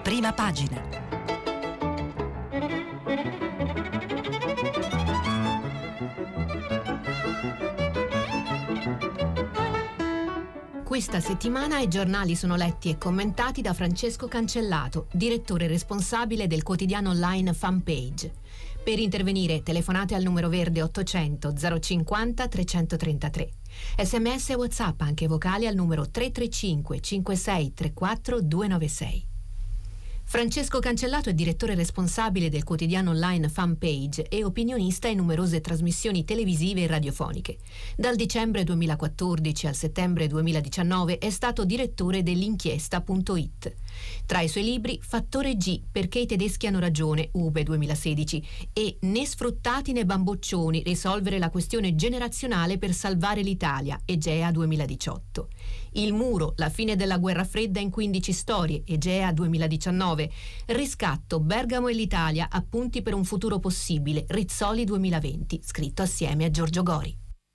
Prima pagina. Questa settimana i giornali sono letti e commentati da Francesco Cancellato, direttore responsabile del quotidiano online Fanpage. Per intervenire telefonate al numero verde 800 050 333. SMS e WhatsApp anche vocali al numero 335 56 34 296. Francesco Cancellato è direttore responsabile del quotidiano online Fanpage e opinionista in numerose trasmissioni televisive e radiofoniche. Dal dicembre 2014 al settembre 2019 è stato direttore dell'inchiesta.it. Tra i suoi libri Fattore G, perché i tedeschi hanno ragione, Ube 2016, e Né sfruttati né bamboccioni, risolvere la questione generazionale per salvare l'Italia, Egea 2018. Il muro, la fine della guerra fredda in 15 storie, Egea 2019. Riscatto, Bergamo e l'Italia, appunti per un futuro possibile, Rizzoli 2020, scritto assieme a Giorgio Gori.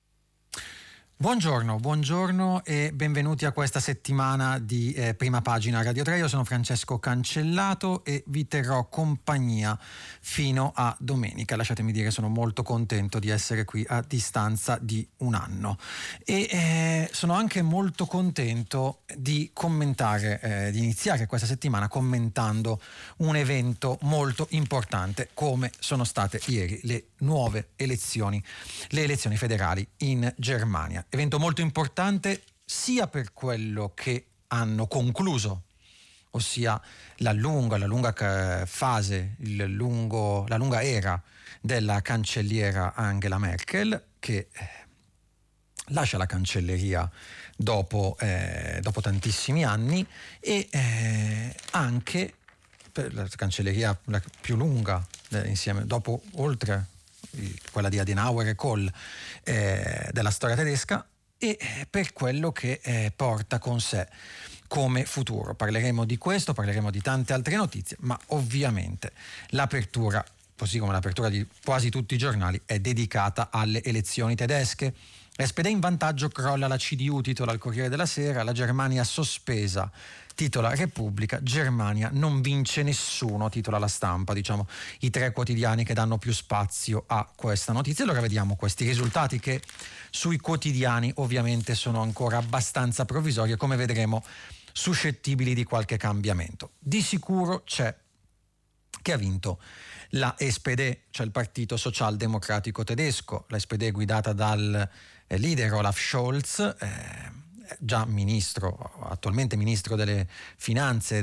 Buongiorno e benvenuti a questa settimana di Prima Pagina Radio 3. Io sono Francesco Cancellato e vi terrò compagnia fino a domenica. Lasciatemi dire, sono molto contento di essere qui a distanza di un anno e sono anche molto contento di commentare, di iniziare questa settimana commentando un evento molto importante come sono state ieri le nuove elezioni, le elezioni federali in Germania. Evento molto importante sia per quello che hanno concluso, ossia la lunga fase, la lunga era della cancelliera Angela Merkel, che lascia la cancelleria dopo tantissimi anni, e anche per la cancelleria la più lunga insieme, dopo oltre quella di Adenauer e Kohl della storia tedesca, e per quello che porta con sé come futuro. Parleremo di questo, parleremo di tante altre notizie, ma ovviamente l'apertura, così come l'apertura di quasi tutti i giornali, è dedicata alle elezioni tedesche. SPD in vantaggio, crolla la CDU, titola il Corriere della Sera. La Germania sospesa, titola Repubblica. Germania non vince nessuno, titola La Stampa. Diciamo i tre quotidiani che danno più spazio a questa notizia. Allora vediamo questi risultati, che sui quotidiani ovviamente sono ancora abbastanza provvisori e, come vedremo, suscettibili di qualche cambiamento. Di sicuro c'è che ha vinto la SPD, cioè il Partito Socialdemocratico tedesco. La SPD è guidata dal leader Olaf Scholz, già attualmente ministro delle finanze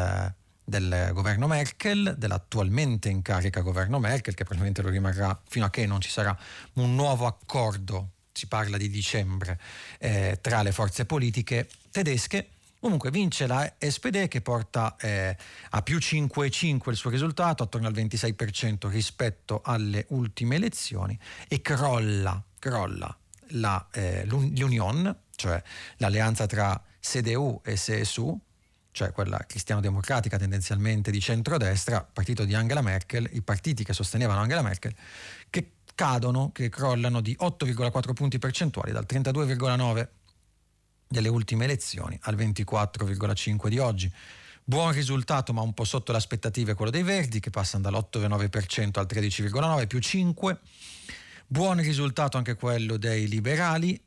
del governo Merkel, dell'attualmente in carica governo Merkel, che probabilmente lo rimarrà fino a che non ci sarà un nuovo accordo, si parla di dicembre, tra le forze politiche tedesche. Comunque vince la SPD, che porta a più 5,5 il suo risultato, attorno al 26% rispetto alle ultime elezioni, e crolla l'Union, cioè l'alleanza tra CDU e CSU, cioè quella cristiano-democratica tendenzialmente di centrodestra, partito di Angela Merkel, i partiti che sostenevano Angela Merkel, che crollano di 8,4 punti percentuali, dal 32,9 delle ultime elezioni al 24,5 di oggi. Buon risultato, ma un po' sotto le aspettative, quello dei Verdi, che passano dall'8,9% al 13,9, più 5. Buon risultato anche quello dei Liberali,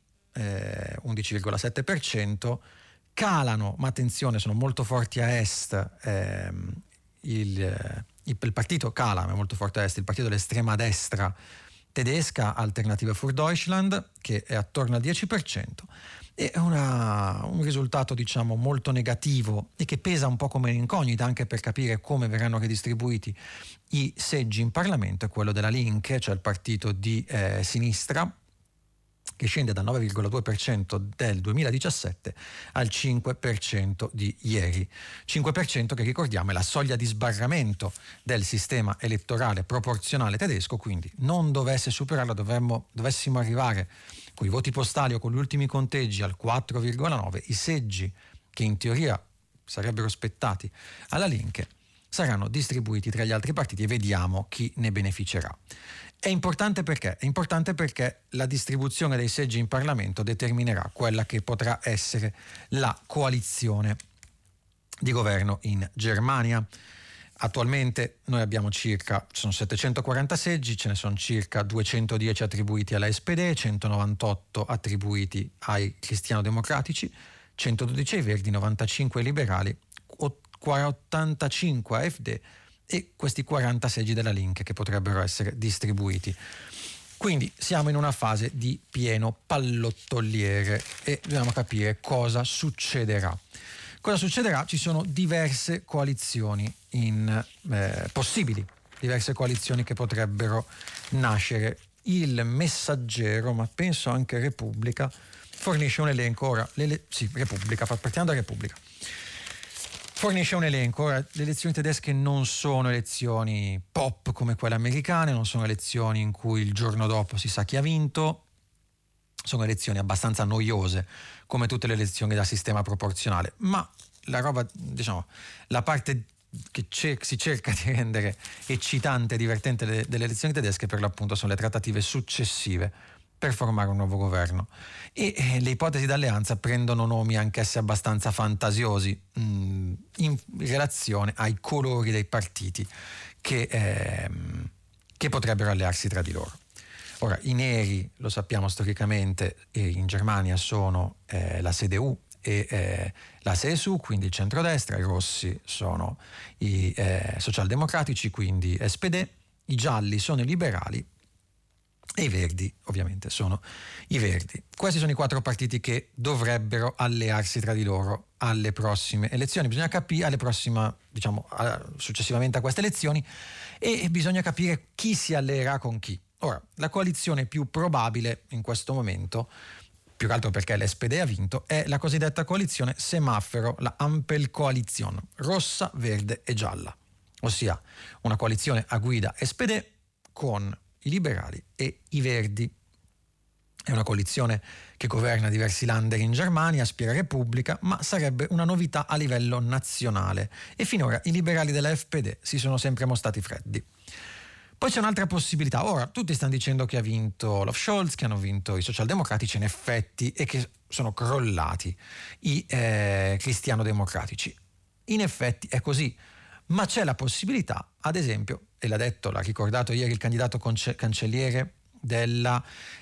11,7%. Calano, ma attenzione, sono molto forti a est, il partito cala, ma è molto forte a est, il partito dell'estrema destra tedesca, Alternative für Deutschland, che è attorno al 10%. È un risultato, diciamo, molto negativo e che pesa un po' come un'incognita anche per capire come verranno redistribuiti i seggi in Parlamento. È quello della Linke, cioè il partito di sinistra, che scende dal 9,2% del 2017 al 5% di ieri. 5% che, ricordiamo, è la soglia di sbarramento del sistema elettorale proporzionale tedesco, quindi non dovesse superarla, dovessimo arrivare con i voti postali o con gli ultimi conteggi al 4,9, i seggi che in teoria sarebbero spettati alla Linke saranno distribuiti tra gli altri partiti e vediamo chi ne beneficerà. È importante perché? È importante perché la distribuzione dei seggi in Parlamento determinerà quella che potrà essere la coalizione di governo in Germania. Attualmente noi abbiamo sono 740 seggi, ce ne sono circa 210 attribuiti alla SPD, 198 attribuiti ai cristiano-democratici, 112 ai Verdi, 95 ai liberali, 85 AfD e questi 40 seggi della Linke che potrebbero essere distribuiti. Quindi siamo in una fase di pieno pallottoliere e dobbiamo capire cosa succederà. Cosa succederà? Ci sono diverse coalizioni possibili, diverse coalizioni che potrebbero nascere. Il Messaggero, ma penso anche Repubblica, fornisce un elenco. Ora, Repubblica, partiamo da Repubblica. Fornisce un elenco. Ora, le elezioni tedesche non sono elezioni pop come quelle americane, non sono elezioni in cui il giorno dopo si sa chi ha vinto, sono elezioni abbastanza noiose come tutte le elezioni da sistema proporzionale, ma la roba, diciamo, la parte che si cerca di rendere eccitante e divertente delle elezioni tedesche per l'appunto sono le trattative successive per formare un nuovo governo e le ipotesi d'alleanza prendono nomi anch'esse abbastanza fantasiosi in relazione ai colori dei partiti che potrebbero allearsi tra di loro. Ora, i neri, lo sappiamo storicamente, in Germania sono la CDU e la CSU, quindi il centrodestra, i rossi sono i socialdemocratici, quindi SPD, i gialli sono i liberali e i verdi ovviamente sono i verdi. Questi sono i 4 partiti che dovrebbero allearsi tra di loro alle prossime elezioni. Bisogna capire, successivamente a queste elezioni, e bisogna capire chi si alleerà con chi. Ora, la coalizione più probabile in questo momento, più che altro perché l'SPD ha vinto, è la cosiddetta coalizione semaforo, la Ampelkoalition, rossa, verde e gialla, ossia una coalizione a guida SPD con i liberali e i verdi. È una coalizione che governa diversi Länder in Germania, aspira a Repubblica, ma sarebbe una novità a livello nazionale e finora i liberali della FPD si sono sempre mostrati freddi. Poi c'è un'altra possibilità. Ora, tutti stanno dicendo che ha vinto Olaf Scholz, che hanno vinto i socialdemocratici in effetti e che sono crollati i cristiano-democratici. In effetti è così, ma c'è la possibilità, ad esempio, e l'ha ricordato ieri il candidato cancelliere della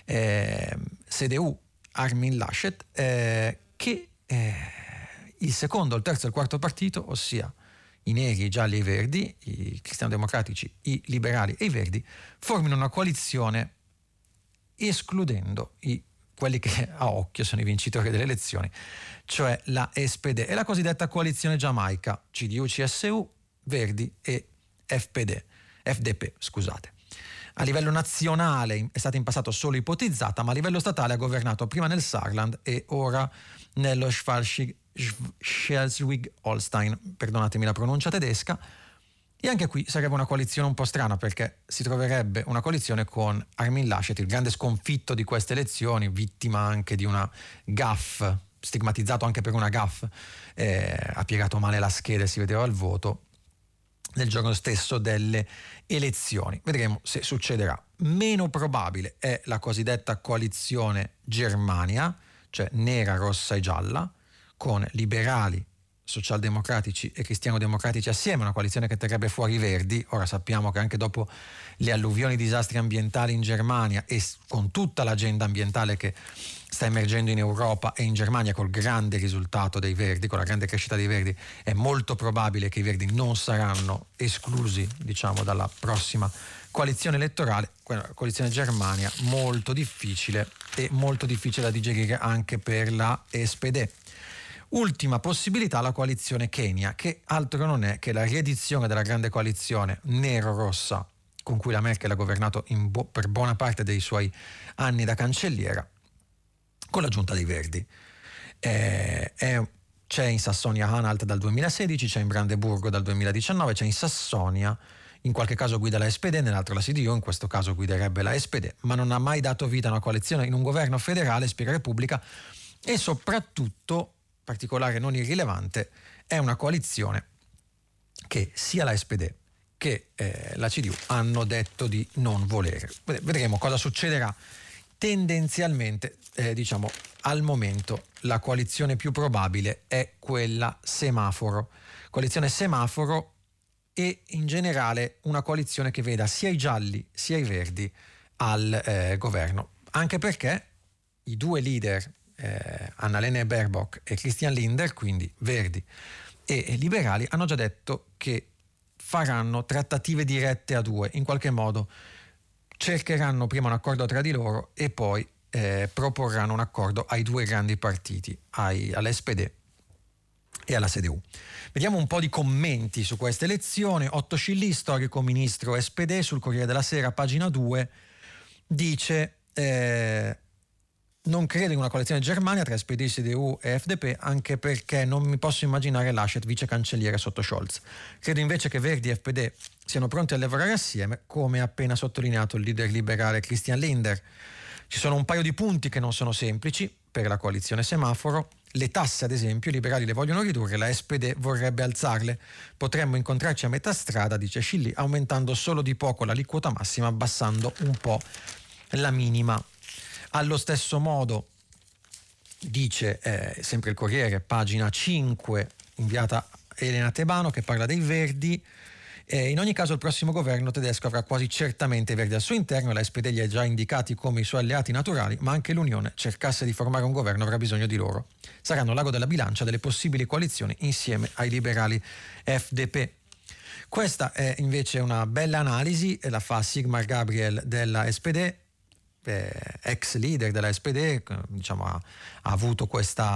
CDU, Armin Laschet, che il secondo, il terzo e il quarto partito, ossia i neri, i gialli e i verdi, i cristiano-democratici, i liberali e i verdi, formino una coalizione escludendo quelli che a occhio sono i vincitori delle elezioni, cioè la SPD e la cosiddetta coalizione giamaica, CDU-CSU, Verdi e FDP. A livello nazionale è stata in passato solo ipotizzata, ma a livello statale ha governato prima nel Saarland e ora nello Schleswig-Holstein, perdonatemi la pronuncia tedesca, e anche qui sarebbe una coalizione un po' strana perché si troverebbe una coalizione con Armin Laschet, il grande sconfitto di queste elezioni, vittima anche di una gaffe, stigmatizzato anche per una gaffe, ha piegato male la scheda e si vedeva al voto nel giorno stesso delle elezioni. Vedremo se succederà. Meno probabile è la cosiddetta coalizione Germania, cioè nera, rossa e gialla, con liberali, socialdemocratici e cristiano-democratici assieme, una coalizione che terrebbe fuori i verdi. Ora sappiamo che anche dopo le alluvioni, i disastri ambientali in Germania e con tutta l'agenda ambientale che sta emergendo in Europa e in Germania col grande risultato dei verdi, con la grande crescita dei verdi, è molto probabile che i verdi non saranno esclusi, dalla prossima coalizione elettorale. Quella coalizione Germania molto difficile e molto difficile da digerire anche per la SPD. Ultima possibilità, la coalizione Kenya, che altro non è che la riedizione della grande coalizione nero-rossa con cui la Merkel ha governato per buona parte dei suoi anni da cancelliera, con l'aggiunta dei Verdi. C'è in Sassonia-Anhalt dal 2016, c'è in Brandeburgo dal 2019, c'è in Sassonia, in qualche caso guida la SPD, nell'altro la CDU, in questo caso guiderebbe la SPD, ma non ha mai dato vita a una coalizione in un governo federale, spiega Repubblica, e soprattutto, particolare non irrilevante, è una coalizione che sia la SPD che la CDU hanno detto di non volere. Vedremo cosa succederà. tendenzialmente, diciamo, al momento la coalizione più probabile è quella semaforo. Coalizione semaforo e in generale una coalizione che veda sia i gialli sia i verdi al governo. Anche perché i due leader, Annalena Baerbock e Christian Lindner, quindi verdi e liberali, hanno già detto che faranno trattative dirette a due, in qualche modo cercheranno prima un accordo tra di loro e poi proporranno un accordo ai due grandi partiti, all'SPD e alla CDU. Vediamo un po' di commenti su questa elezione. Otto Scilli, storico ministro SPD, sul Corriere della Sera, pagina 2, dice non credo in una coalizione in Germania tra SPD, CDU e FDP, anche perché non mi posso immaginare Laschet vice cancelliere sotto Scholz. Credo invece che Verdi e FPD siano pronti a lavorare assieme, come ha appena sottolineato il leader liberale Christian Lindner. Ci sono un paio di punti che non sono semplici per la coalizione semaforo. Le tasse, ad esempio, i liberali le vogliono ridurre, la SPD vorrebbe alzarle. Potremmo incontrarci a metà strada, dice Scilli, aumentando solo di poco l'aliquota massima, abbassando un po' la minima. Allo stesso modo, dice sempre il Corriere, pagina 5, inviata Elena Tebano, che parla dei Verdi. In ogni caso il prossimo governo tedesco avrà quasi certamente i Verdi al suo interno, la SPD li ha già indicati come i suoi alleati naturali, ma anche l'Unione, cercasse di formare un governo, avrà bisogno di loro. Saranno l'ago della bilancia delle possibili coalizioni insieme ai liberali FDP. Questa è invece una bella analisi, la fa Sigmar Gabriel della SPD, ex leader della SPD, diciamo, ha avuto questa...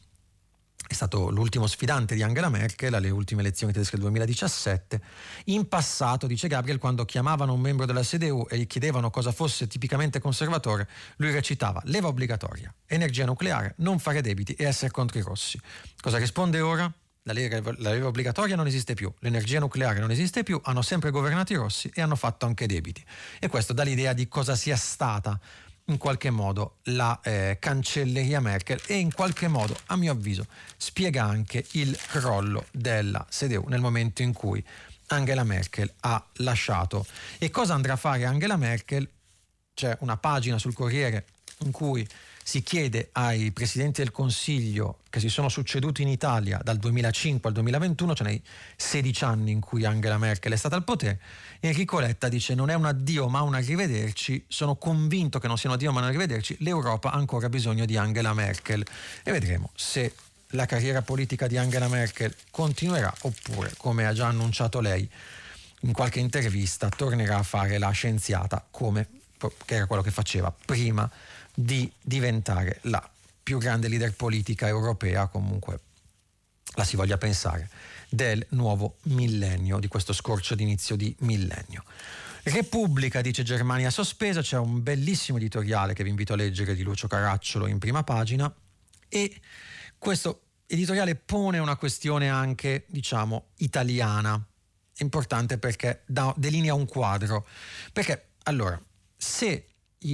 è stato l'ultimo sfidante di Angela Merkel alle ultime elezioni tedesche del 2017. In passato, dice Gabriel, quando chiamavano un membro della CDU e gli chiedevano cosa fosse tipicamente conservatore, lui recitava leva obbligatoria, energia nucleare, non fare debiti e essere contro i rossi. Cosa risponde ora? La leva obbligatoria non esiste più, l'energia nucleare non esiste più, hanno sempre governato i rossi e hanno fatto anche debiti. E questo dà l'idea di cosa sia stata in qualche modo la cancelleria Merkel e in qualche modo, a mio avviso, spiega anche il crollo della CDU nel momento in cui Angela Merkel ha lasciato. E cosa andrà a fare Angela Merkel? C'è una pagina sul Corriere in cui si chiede ai presidenti del Consiglio che si sono succeduti in Italia dal 2005 al 2021, cioè nei 16 anni in cui Angela Merkel è stata al potere. Enrico Letta dice non è un addio ma un arrivederci, sono convinto che non sia un addio ma un arrivederci, l'Europa ha ancora bisogno di Angela Merkel e vedremo se la carriera politica di Angela Merkel continuerà oppure, come ha già annunciato lei in qualche intervista, tornerà a fare la scienziata che era quello che faceva prima di diventare la più grande leader politica europea, comunque la si voglia pensare, del nuovo millennio, di questo scorcio d'inizio di millennio. Repubblica dice Germania sospesa, c'è un bellissimo editoriale che vi invito a leggere di Lucio Caracciolo in prima pagina e questo editoriale pone una questione anche, diciamo, italiana, importante perché delinea un quadro, perché allora se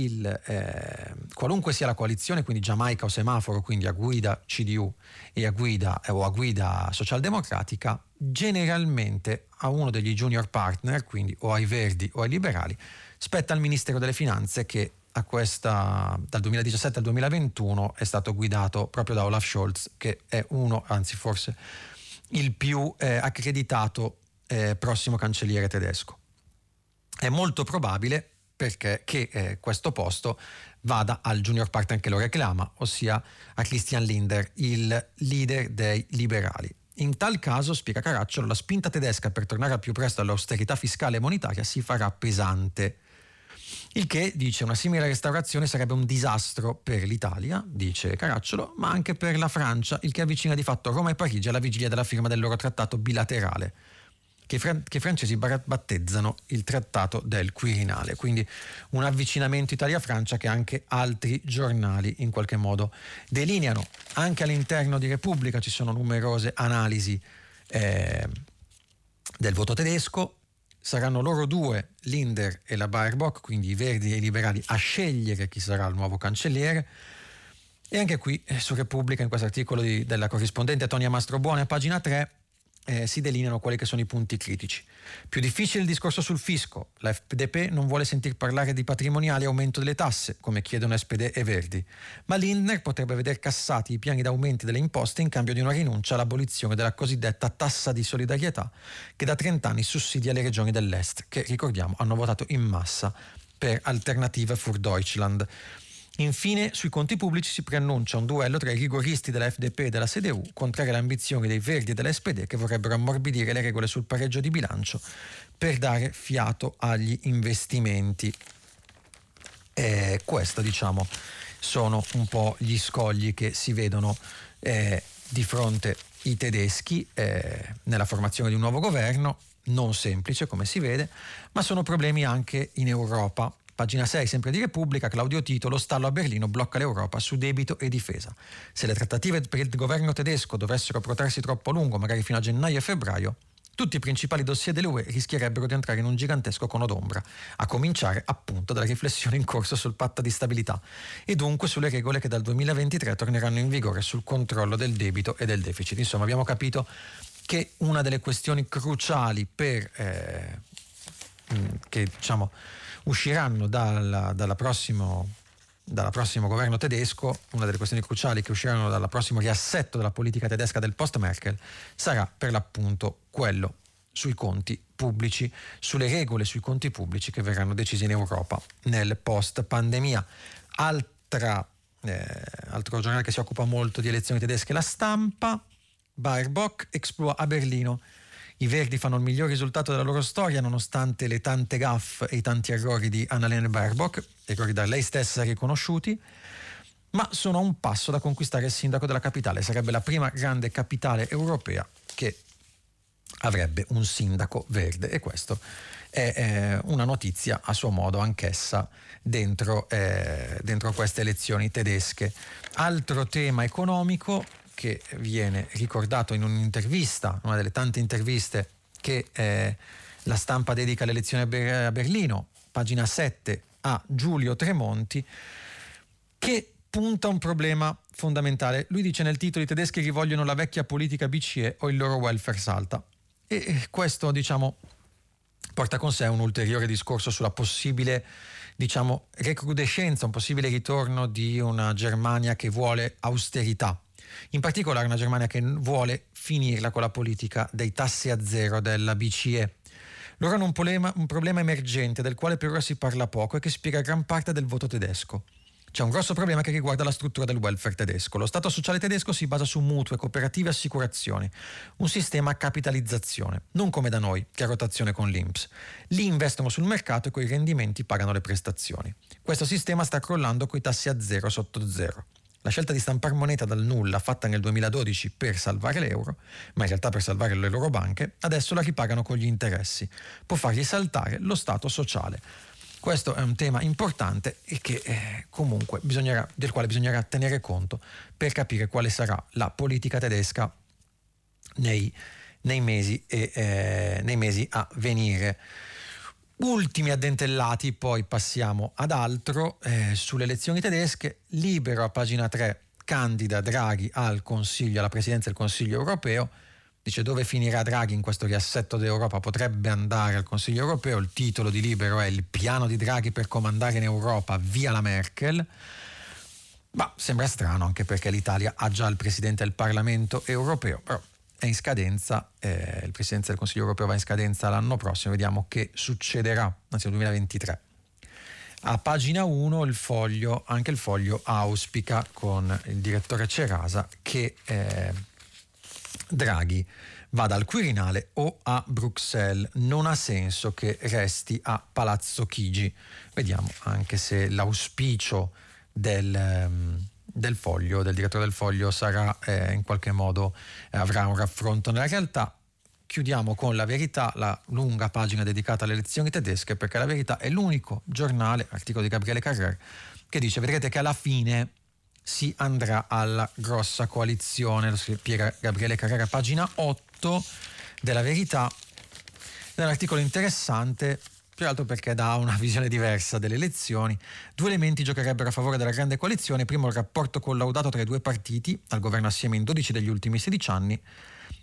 qualunque sia la coalizione, quindi Giamaica o semaforo, quindi a guida CDU e a guida socialdemocratica, generalmente a uno degli junior partner, quindi o ai Verdi o ai liberali, spetta al Ministero delle Finanze che dal 2017 al 2021 è stato guidato proprio da Olaf Scholz, che è forse il più accreditato prossimo cancelliere tedesco. È molto probabile che questo posto vada al junior partner che lo reclama, ossia a Christian Lindner, il leader dei liberali. In tal caso, spiega Caracciolo, la spinta tedesca per tornare al più presto all'austerità fiscale e monetaria si farà pesante. Il che, dice, una simile restaurazione sarebbe un disastro per l'Italia, dice Caracciolo, ma anche per la Francia, il che avvicina di fatto Roma e Parigi alla vigilia della firma del loro trattato bilaterale, che i francesi battezzano il trattato del Quirinale, quindi un avvicinamento Italia-Francia che anche altri giornali in qualche modo delineano. Anche all'interno di Repubblica ci sono numerose analisi del voto tedesco. Saranno loro due, Lindner e la Baerbock, quindi i Verdi e i liberali, a scegliere chi sarà il nuovo cancelliere. E anche qui su Repubblica, in questo articolo della corrispondente Tonia Mastrobuoni a pagina 3, si delineano quelli che sono i punti critici. Più difficile il discorso sul fisco. La FDP non vuole sentir parlare di patrimoniali e aumento delle tasse, come chiedono SPD e Verdi. Ma Lindner potrebbe veder cassati i piani d'aumenti delle imposte in cambio di una rinuncia all'abolizione della cosiddetta tassa di solidarietà, che da 30 anni sussidia le regioni dell'est, che, ricordiamo, hanno votato in massa per Alternative für Deutschland. Infine, sui conti pubblici si preannuncia un duello tra i rigoristi della FDP e della CDU, contrari alle ambizioni dei Verdi e dell'SPD, che vorrebbero ammorbidire le regole sul pareggio di bilancio per dare fiato agli investimenti. Questo, diciamo, sono un po' gli scogli che si vedono di fronte i tedeschi nella formazione di un nuovo governo, non semplice come si vede, ma sono problemi anche in Europa. Pagina 6, sempre di Repubblica, Claudio Tito, lo stallo a Berlino blocca l'Europa su debito e difesa. Se le trattative per il governo tedesco dovessero protrarsi troppo a lungo, magari fino a gennaio e febbraio, tutti i principali dossier dell'UE rischierebbero di entrare in un gigantesco cono d'ombra, a cominciare appunto dalla riflessione in corso sul patto di stabilità e dunque sulle regole che dal 2023 torneranno in vigore sul controllo del debito e del deficit. Insomma, abbiamo capito che una delle questioni cruciali che diciamo usciranno dal prossimo governo tedesco, una delle questioni cruciali che usciranno dal prossimo riassetto della politica tedesca del post-Merkel sarà per l'appunto quello sui conti pubblici, sulle regole sui conti pubblici che verranno decise in Europa nel post-pandemia. Altro giornale che si occupa molto di elezioni tedesche, La Stampa. Baerbock exploit a Berlino. I Verdi fanno il miglior risultato della loro storia nonostante le tante gaffe e i tanti errori di Annalena Baerbock, errori da lei stessa riconosciuti, ma sono a un passo da conquistare il sindaco della capitale. Sarebbe la prima grande capitale europea che avrebbe un sindaco verde, e questo è una notizia a suo modo anch'essa dentro queste elezioni tedesche. Altro tema economico che viene ricordato in un'intervista, una delle tante interviste che La Stampa dedica alle elezioni a Berlino, pagina 7, a Giulio Tremonti, che punta a un problema fondamentale. Lui dice nel titolo: i tedeschi rivogliono la vecchia politica BCE o il loro welfare salta. E questo, diciamo, porta con sé un ulteriore discorso sulla possibile, diciamo, recrudescenza, un possibile ritorno di una Germania che vuole austerità. In particolare una Germania che vuole finirla con la politica dei tassi a zero della BCE. Loro hanno un problema emergente del quale per ora si parla poco e che spiega gran parte del voto tedesco. C'è un grosso problema che riguarda la struttura del welfare tedesco. Lo Stato sociale tedesco si basa su mutue, cooperative e assicurazioni, un sistema a capitalizzazione, non come da noi, che a rotazione con l'INPS. Lì investono sul mercato e coi rendimenti pagano le prestazioni. Questo sistema sta crollando coi tassi a zero sotto zero. La scelta di stampare moneta dal nulla, fatta nel 2012 per salvare l'euro, ma in realtà per salvare le loro banche, adesso la ripagano con gli interessi. Può fargli saltare lo Stato sociale. Questo è un tema importante e che comunque del quale bisognerà tenere conto per capire quale sarà la politica tedesca nei mesi a venire. Ultimi addentellati, poi passiamo ad altro. Sulle elezioni tedesche, Libero a pagina 3 candida Draghi alla presidenza del Consiglio europeo. Dice: dove finirà Draghi in questo riassetto d'Europa? Potrebbe andare al Consiglio europeo. Il titolo di Libero è il piano di Draghi per comandare in Europa, via la Merkel. Ma sembra strano, anche perché l'Italia ha già il presidente del Parlamento europeo, però è in scadenza, il Presidenza del Consiglio europeo va in scadenza l'anno prossimo, vediamo che succederà, anzi nel 2023. A pagina 1 anche il Foglio auspica con il direttore Cerasa che Draghi vada al Quirinale o a Bruxelles, non ha senso che resti a Palazzo Chigi. Vediamo anche se l'auspicio del Foglio, del direttore del Foglio, sarà in qualche modo avrà un raffronto nella realtà. Chiudiamo con La Verità, la lunga pagina dedicata alle elezioni tedesche, perché La Verità è l'unico giornale, articolo di Gabriele Carrer, che dice: vedrete che alla fine si andrà alla grossa coalizione. Lo spiega Gabriele Carrer a pagina 8 della Verità, è un articolo interessante, peraltro perché dà una visione diversa delle elezioni. 2 elementi giocherebbero a favore della grande coalizione: primo, il rapporto collaudato tra i due partiti al governo assieme in 12 degli ultimi 16 anni,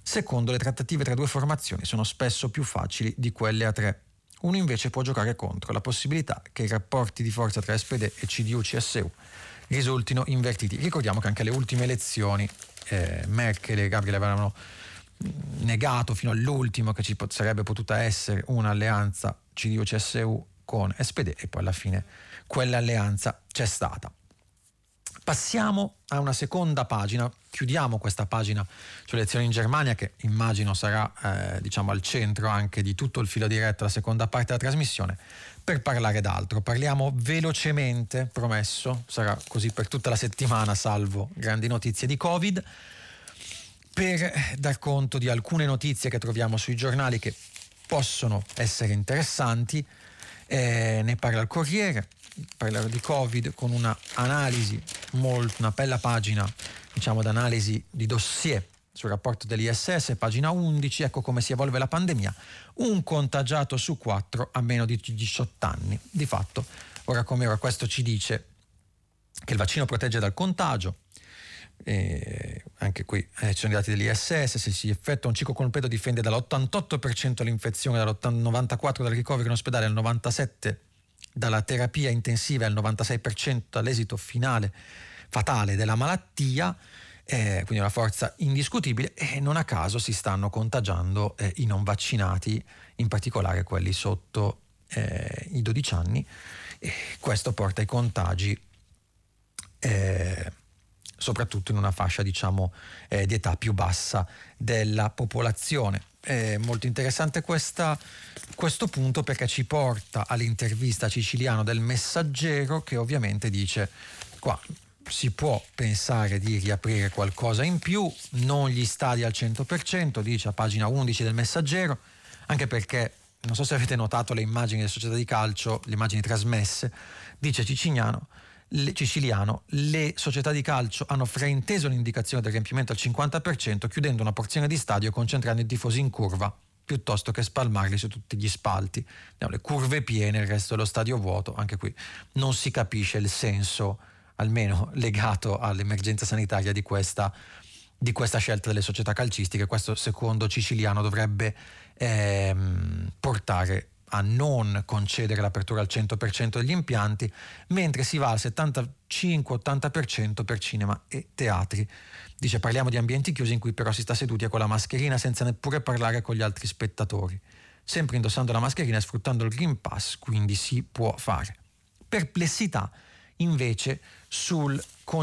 Secondo, le trattative tra due formazioni sono spesso più facili di quelle a tre. Uno invece può giocare contro la possibilità che i rapporti di forza tra SPD e CDU-CSU risultino invertiti. Ricordiamo che anche alle ultime elezioni Merkel e Gabriel avevano negato fino all'ultimo che ci sarebbe potuta essere un'alleanza CDU-CSU con SPD e poi alla fine quell'alleanza c'è stata. Passiamo a una seconda pagina, chiudiamo questa pagina sulle elezioni in Germania che immagino sarà al centro anche di tutto il filo diretto, la seconda parte della trasmissione, per parlare d'altro. Parliamo velocemente, promesso, sarà così per tutta la settimana salvo grandi notizie di Covid, per dar conto di alcune notizie che troviamo sui giornali che possono essere interessanti. Ne parla il Corriere, parla di Covid con una analisi, una bella pagina d'analisi di dossier sul rapporto dell'ISS, pagina 11, ecco come si evolve la pandemia, un contagiato su 4 a meno di 18 anni. Di fatto, ora come ora, questo ci dice che il vaccino protegge dal contagio. Anche qui ci sono i dati dell'ISS, se si effettua un ciclo completo difende dall'88% l'infezione, dall'94% dal ricovero in ospedale, al 97% dalla terapia intensiva e al 96% dall'esito finale fatale della malattia, quindi una forza indiscutibile, e non a caso si stanno contagiando i non vaccinati, in particolare quelli sotto i 12 anni, e questo porta ai contagi soprattutto in una fascia di età più bassa della popolazione. È molto interessante questo punto perché ci porta all'intervista a Ciciliano del Messaggero, che ovviamente dice qua si può pensare di riaprire qualcosa in più, non gli stadi al 100%, dice a pagina 11 del Messaggero, anche perché non so se avete notato le immagini delle società di calcio, le immagini trasmesse, dice Ciciliano, le società di calcio hanno frainteso l'indicazione del riempimento al 50%, chiudendo una porzione di stadio e concentrando i tifosi in curva piuttosto che spalmarli su tutti gli spalti. Le curve piene, il resto dello stadio vuoto. Anche qui non si capisce il senso, almeno legato all'emergenza sanitaria, di questa scelta delle società calcistiche. Questo, secondo Ciciliano, dovrebbe portare a non concedere l'apertura al 100% degli impianti, mentre si va al 75-80% per cinema e teatri. Dice: parliamo di ambienti chiusi in cui però si sta seduti con la mascherina senza neppure parlare con gli altri spettatori, sempre indossando la mascherina e sfruttando il Green Pass, quindi si può fare. Perplessità invece sulla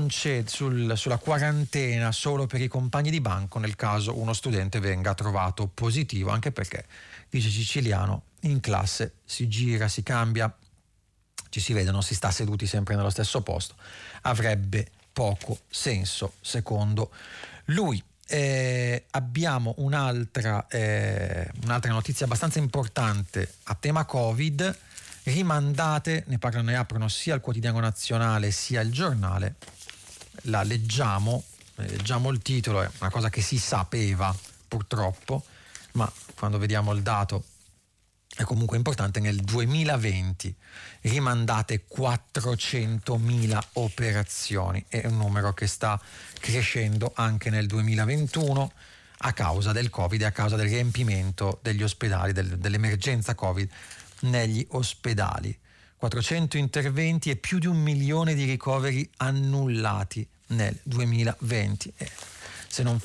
quarantena solo per i compagni di banco nel caso uno studente venga trovato positivo, anche perché, dice Ciciliano, in classe si gira, si cambia, ci si vede, non si sta seduti sempre nello stesso posto, avrebbe poco senso secondo lui. Abbiamo un'altra notizia abbastanza importante a tema Covid, rimandate, ne parlano e aprono sia il Quotidiano Nazionale sia il Giornale, la leggiamo il titolo, è una cosa che si sapeva purtroppo, ma quando vediamo il dato è comunque importante. Nel 2020 rimandate 400.000 operazioni, è un numero che sta crescendo anche nel 2021 a causa del Covid e a causa del riempimento degli ospedali, dell'emergenza Covid negli ospedali. 400 interventi e più di 1 milione di ricoveri annullati nel 2020. Se non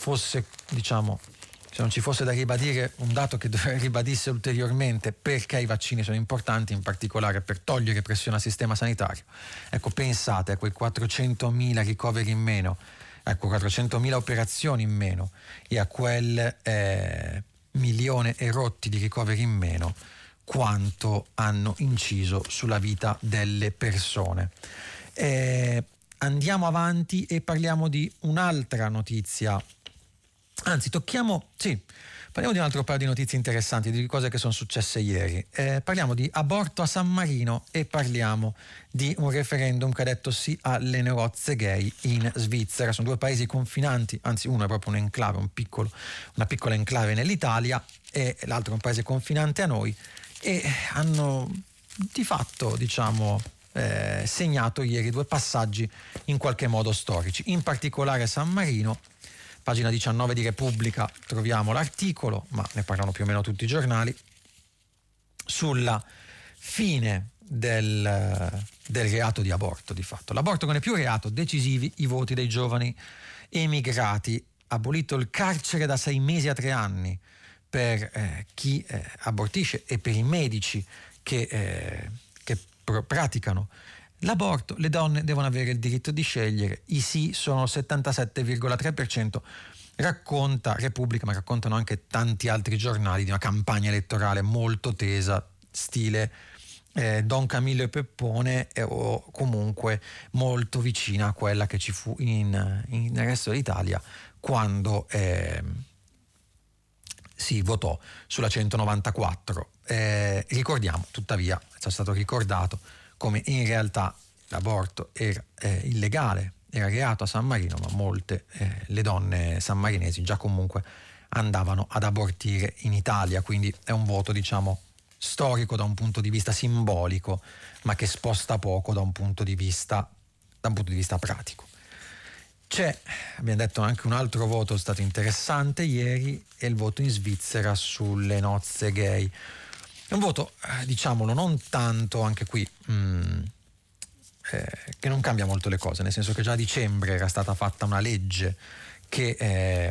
ci fosse da ribadire un dato che ribadisse ulteriormente perché i vaccini sono importanti, in particolare per togliere pressione al sistema sanitario. Ecco, pensate a quei 400.000 ricoveri in meno, 400.000 operazioni in meno e a quel milione e rotti di ricoveri in meno, quanto hanno inciso sulla vita delle persone. Andiamo avanti e parliamo di un'altra notizia. Anzi, parliamo di un altro paio di notizie interessanti, di cose che sono successe ieri. Parliamo di aborto a San Marino e parliamo di un referendum che ha detto sì alle nozze gay in Svizzera. Sono due paesi confinanti, anzi uno è proprio un enclave, una piccola enclave nell'Italia, e l'altro è un paese confinante a noi, e hanno di fatto segnato ieri due passaggi in qualche modo storici, in particolare San Marino, Pagina 19 di Repubblica troviamo l'articolo, ma ne parlano più o meno tutti i giornali, sulla fine del reato di aborto. Di fatto l'aborto non è più reato, decisivi i voti dei giovani emigrati, abolito il carcere da 6 mesi a 3 anni per chi abortisce e per i medici che praticano l'aborto. Le donne devono avere il diritto di scegliere, i sì sono 77,3%, racconta Repubblica, ma raccontano anche tanti altri giornali di una campagna elettorale molto tesa, stile Don Camillo e Peppone, o comunque molto vicina a quella che ci fu nel resto d'Italia quando si votò sulla 194. Ricordiamo, tuttavia, è già stato ricordato come in realtà l'aborto era illegale, era reato a San Marino, ma molte le donne sammarinesi già comunque andavano ad abortire in Italia, quindi è un voto, diciamo, storico da un punto di vista simbolico, ma che sposta poco da un punto di vista pratico. C'è, abbiamo detto, anche un altro voto stato interessante ieri, è il voto in Svizzera sulle nozze gay. È un voto, diciamolo, non tanto anche qui che non cambia molto le cose, nel senso che già a dicembre era stata fatta una legge che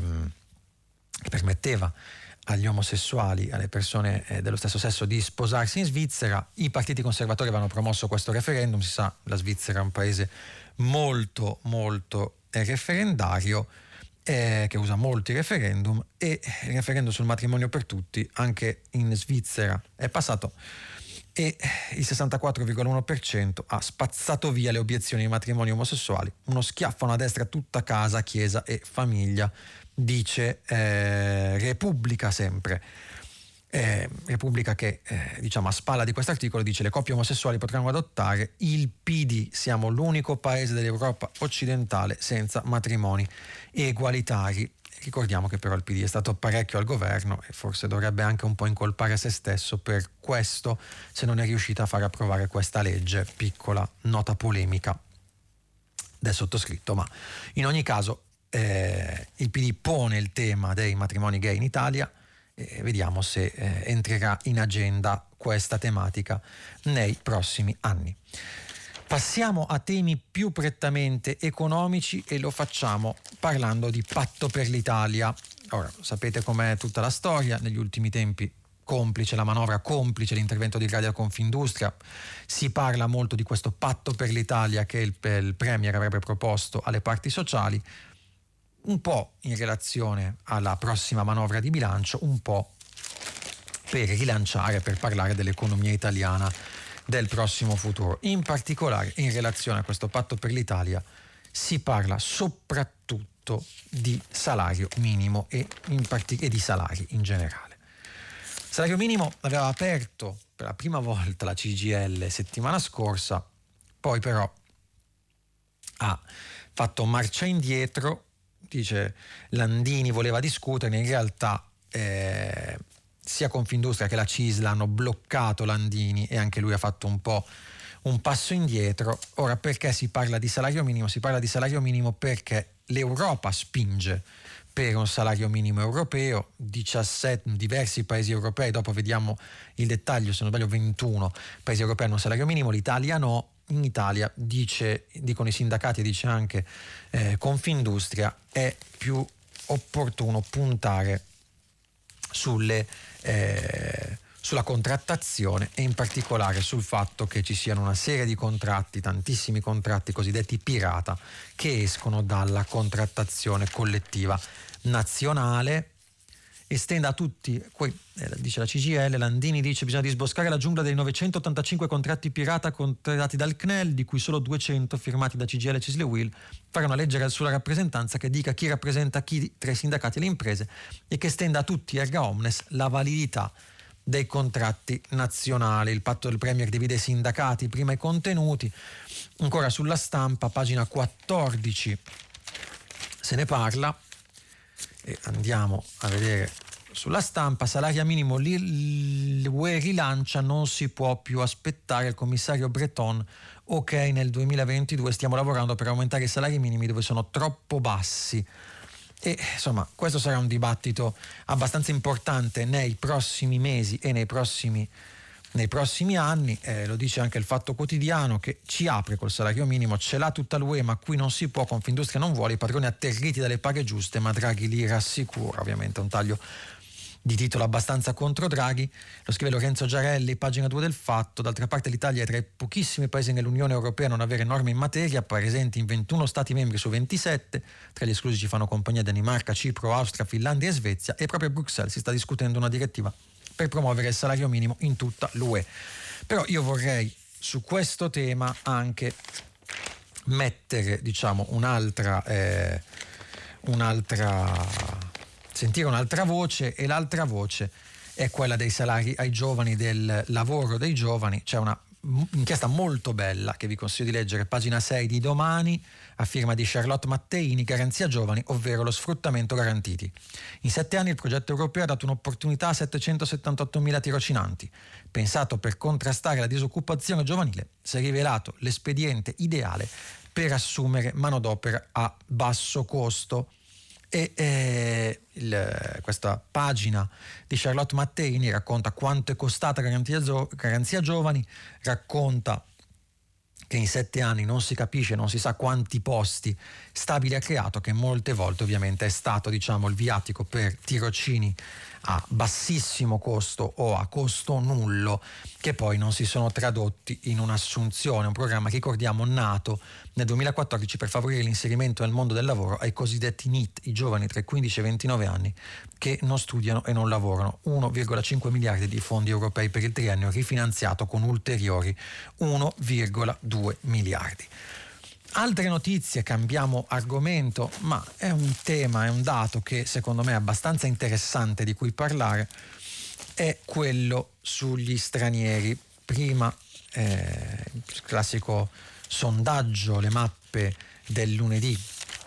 permetteva agli omosessuali, alle persone dello stesso sesso, di sposarsi in Svizzera. I partiti conservatori avevano promosso questo referendum. Si sa, la Svizzera è un paese molto molto referendario, che usa molti referendum, e il referendum sul matrimonio per tutti anche in Svizzera è passato e il 64,1% ha spazzato via le obiezioni ai matrimoni omosessuali. Uno schiaffo a una destra tutta casa, chiesa e famiglia, dice Repubblica sempre. Repubblica che diciamo a spalla di questo articolo dice: le coppie omosessuali potranno adottare, il PD, siamo l'unico paese dell'Europa occidentale senza matrimoni egualitari. Ricordiamo che però il PD è stato parecchio al governo e forse dovrebbe anche un po' incolpare se stesso per questo, se non è riuscita a far approvare questa legge. Piccola nota polemica del sottoscritto, ma in ogni caso il PD pone il tema dei matrimoni gay in Italia. Vediamo se entrerà in agenda questa tematica nei prossimi anni. Passiamo a temi più prettamente economici e lo facciamo parlando di Patto per l'Italia. Ora, sapete com'è tutta la storia, negli ultimi tempi complice la manovra, complice l'intervento di Draghi a Confindustria, si parla molto di questo Patto per l'Italia che il Premier avrebbe proposto alle parti sociali, un po' in relazione alla prossima manovra di bilancio, un po' per rilanciare, per parlare dell'economia italiana del prossimo futuro. In particolare, in relazione a questo Patto per l'Italia, si parla soprattutto di salario minimo e di salari in generale. Il salario minimo aveva aperto per la prima volta la CGIL settimana scorsa, poi però ha fatto marcia indietro. Dice Landini voleva discuterne, in realtà sia Confindustria che la CISL hanno bloccato Landini e anche lui ha fatto un po' un passo indietro. Ora, perché si parla di salario minimo? Si parla di salario minimo perché l'Europa spinge per un salario minimo europeo, 17 diversi paesi europei, dopo vediamo il dettaglio, se non sbaglio 21 paesi europei hanno un salario minimo, l'Italia no. In Italia, dicono i sindacati e dice anche Confindustria, è più opportuno puntare sulla contrattazione e in particolare sul fatto che ci siano una serie di contratti, tantissimi contratti cosiddetti pirata, che escono dalla contrattazione collettiva nazionale. Estenda a tutti, dice la CGIL, Landini dice bisogna disboscare la giungla dei 985 contratti pirata contratti dal CNEL, di cui solo 200 firmati da CGIL, CISL e UIL, fare una legge sulla rappresentanza che dica chi rappresenta chi tra i sindacati e le imprese e che estenda a tutti erga omnes la validità dei contratti nazionali. Il patto del Premier divide i sindacati, prima i contenuti. Ancora sulla Stampa, pagina 14, se ne parla. E andiamo a vedere sulla Stampa: salario minimo l'UE rilancia, non si può più aspettare. Il commissario Breton: ok, nel 2022 stiamo lavorando per aumentare i salari minimi dove sono troppo bassi. E insomma, questo sarà un dibattito abbastanza importante nei prossimi mesi e nei prossimi anni. Lo dice anche il Fatto Quotidiano, che ci apre col salario minimo, ce l'ha tutta l'UE ma qui non si può, Confindustria non vuole, i padroni atterriti dalle paghe giuste ma Draghi li rassicura. Ovviamente un taglio di titolo abbastanza contro Draghi, lo scrive Lorenzo Giarelli, pagina 2 del Fatto. D'altra parte l'Italia è tra i pochissimi paesi nell'Unione Europea a non avere norme in materia, presenti in 21 Stati membri su 27, tra gli esclusi ci fanno compagnia Danimarca, Cipro, Austria, Finlandia e Svezia, e proprio a Bruxelles si sta discutendo una direttiva per promuovere il salario minimo in tutta l'UE. Però io vorrei su questo tema anche mettere, diciamo, sentire un'altra voce, e l'altra voce è quella dei salari ai giovani, del lavoro dei giovani. C'è una inchiesta molto bella che vi consiglio di leggere, pagina 6 di Domani, a firma di Charlotte Matteini, Garanzia Giovani, ovvero lo sfruttamento garantiti. In 7 anni il progetto europeo ha dato un'opportunità a 778.000 tirocinanti. Pensato per contrastare la disoccupazione giovanile, si è rivelato l'espediente ideale per assumere manodopera a basso costo. E questa pagina di Charlotte Matteini racconta quanto è costata Garanzia Giovani, racconta che in 7 anni non si capisce, non si sa quanti posti stabili ha creato, che molte volte ovviamente è stato, diciamo, il viatico per tirocini a bassissimo costo o a costo nullo, che poi non si sono tradotti in un'assunzione, un programma, ricordiamo, nato nel 2014 per favorire l'inserimento nel mondo del lavoro ai cosiddetti NEET, i giovani tra i 15 e i 29 anni che non studiano e non lavorano. 1,5 miliardi di fondi europei per il triennio, rifinanziato con ulteriori 1,2 miliardi. Altre notizie, cambiamo argomento, ma è un tema, è un dato che secondo me è abbastanza interessante di cui parlare, è quello sugli stranieri. Prima il classico sondaggio, le mappe del lunedì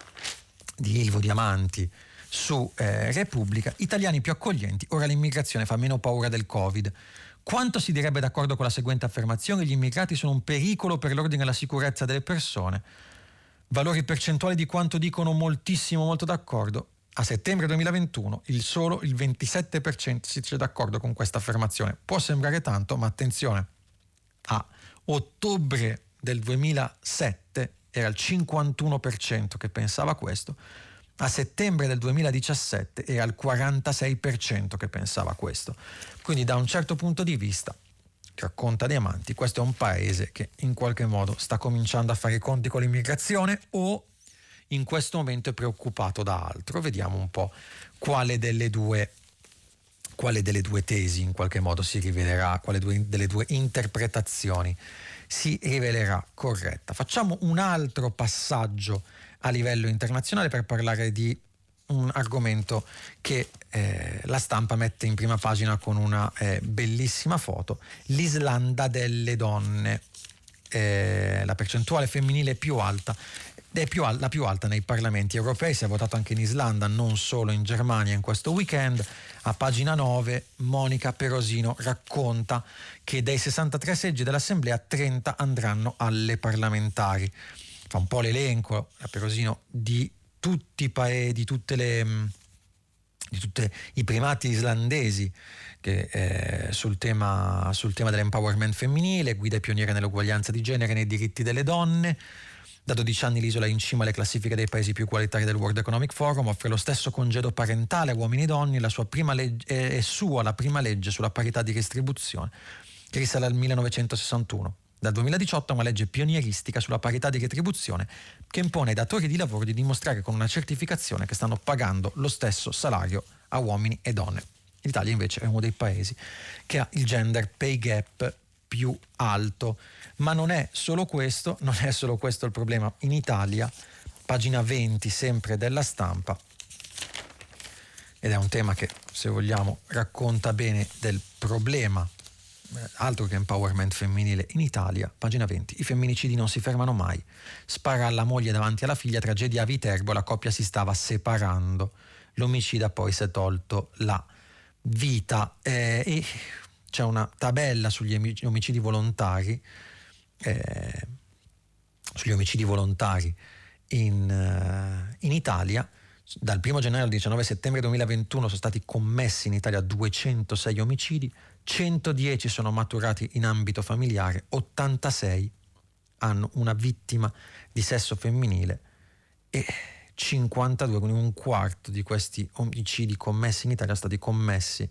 di Ilvo Diamanti su Repubblica, italiani più accoglienti, ora l'immigrazione fa meno paura del Covid. Quanto si direbbe d'accordo con la seguente affermazione: gli immigrati sono un pericolo per l'ordine e la sicurezza delle persone. Valori percentuali di quanto dicono molto d'accordo. A settembre 2021 solo il 27% si dice d'accordo con questa affermazione. Può sembrare tanto, ma attenzione, a ottobre del 2007 era il 51% che pensava questo, a settembre del 2017 era il 46% che pensava questo. Quindi da un certo punto di vista, racconta Diamanti, questo è un paese che in qualche modo sta cominciando a fare i conti con l'immigrazione o in questo momento è preoccupato da altro. Vediamo un po' quale delle due tesi in qualche modo si rivelerà, quale delle due interpretazioni si rivelerà corretta. Facciamo un altro passaggio a livello internazionale per parlare di un argomento che la Stampa mette in prima pagina con una bellissima foto: l'Islanda delle donne. La percentuale femminile più alta, la più alta nei parlamenti europei. Si è votato anche in Islanda, non solo in Germania in questo weekend. A pagina 9 Monica Perosino racconta che dei 63 seggi dell'Assemblea 30 andranno alle parlamentari. Fa un po' l'elenco la Perosino di tutti i paesi, di tutti i primati islandesi che sul tema dell'empowerment femminile, guida e pioniere nell'uguaglianza di genere e nei diritti delle donne. Da 12 anni l'isola è in cima alle classifiche dei paesi più qualitari del World Economic Forum, offre lo stesso congedo parentale a uomini e donne, la prima legge sulla parità di retribuzione, che risale al 1961. Dal 2018 è una legge pionieristica sulla parità di retribuzione che impone ai datori di lavoro di dimostrare con una certificazione che stanno pagando lo stesso salario a uomini e donne. L'Italia invece è uno dei paesi che ha il gender pay gap più alto. Ma non è solo questo il problema. In Italia, pagina 20 sempre della Stampa, ed è un tema che, se vogliamo, racconta bene del problema, altro che empowerment femminile. In Italia, pagina 20, i femminicidi non si fermano mai. Spara alla moglie davanti alla figlia, tragedia a Viterbo, la coppia si stava separando, l'omicida poi si è tolto la vita. E c'è una tabella sugli omicidi volontari, in Italia. Dal 1 gennaio al 19 settembre 2021 sono stati commessi in Italia 206 omicidi, 110 sono maturati in ambito familiare, 86 hanno una vittima di sesso femminile e 52, quindi un quarto di questi omicidi commessi in Italia sono stati commessi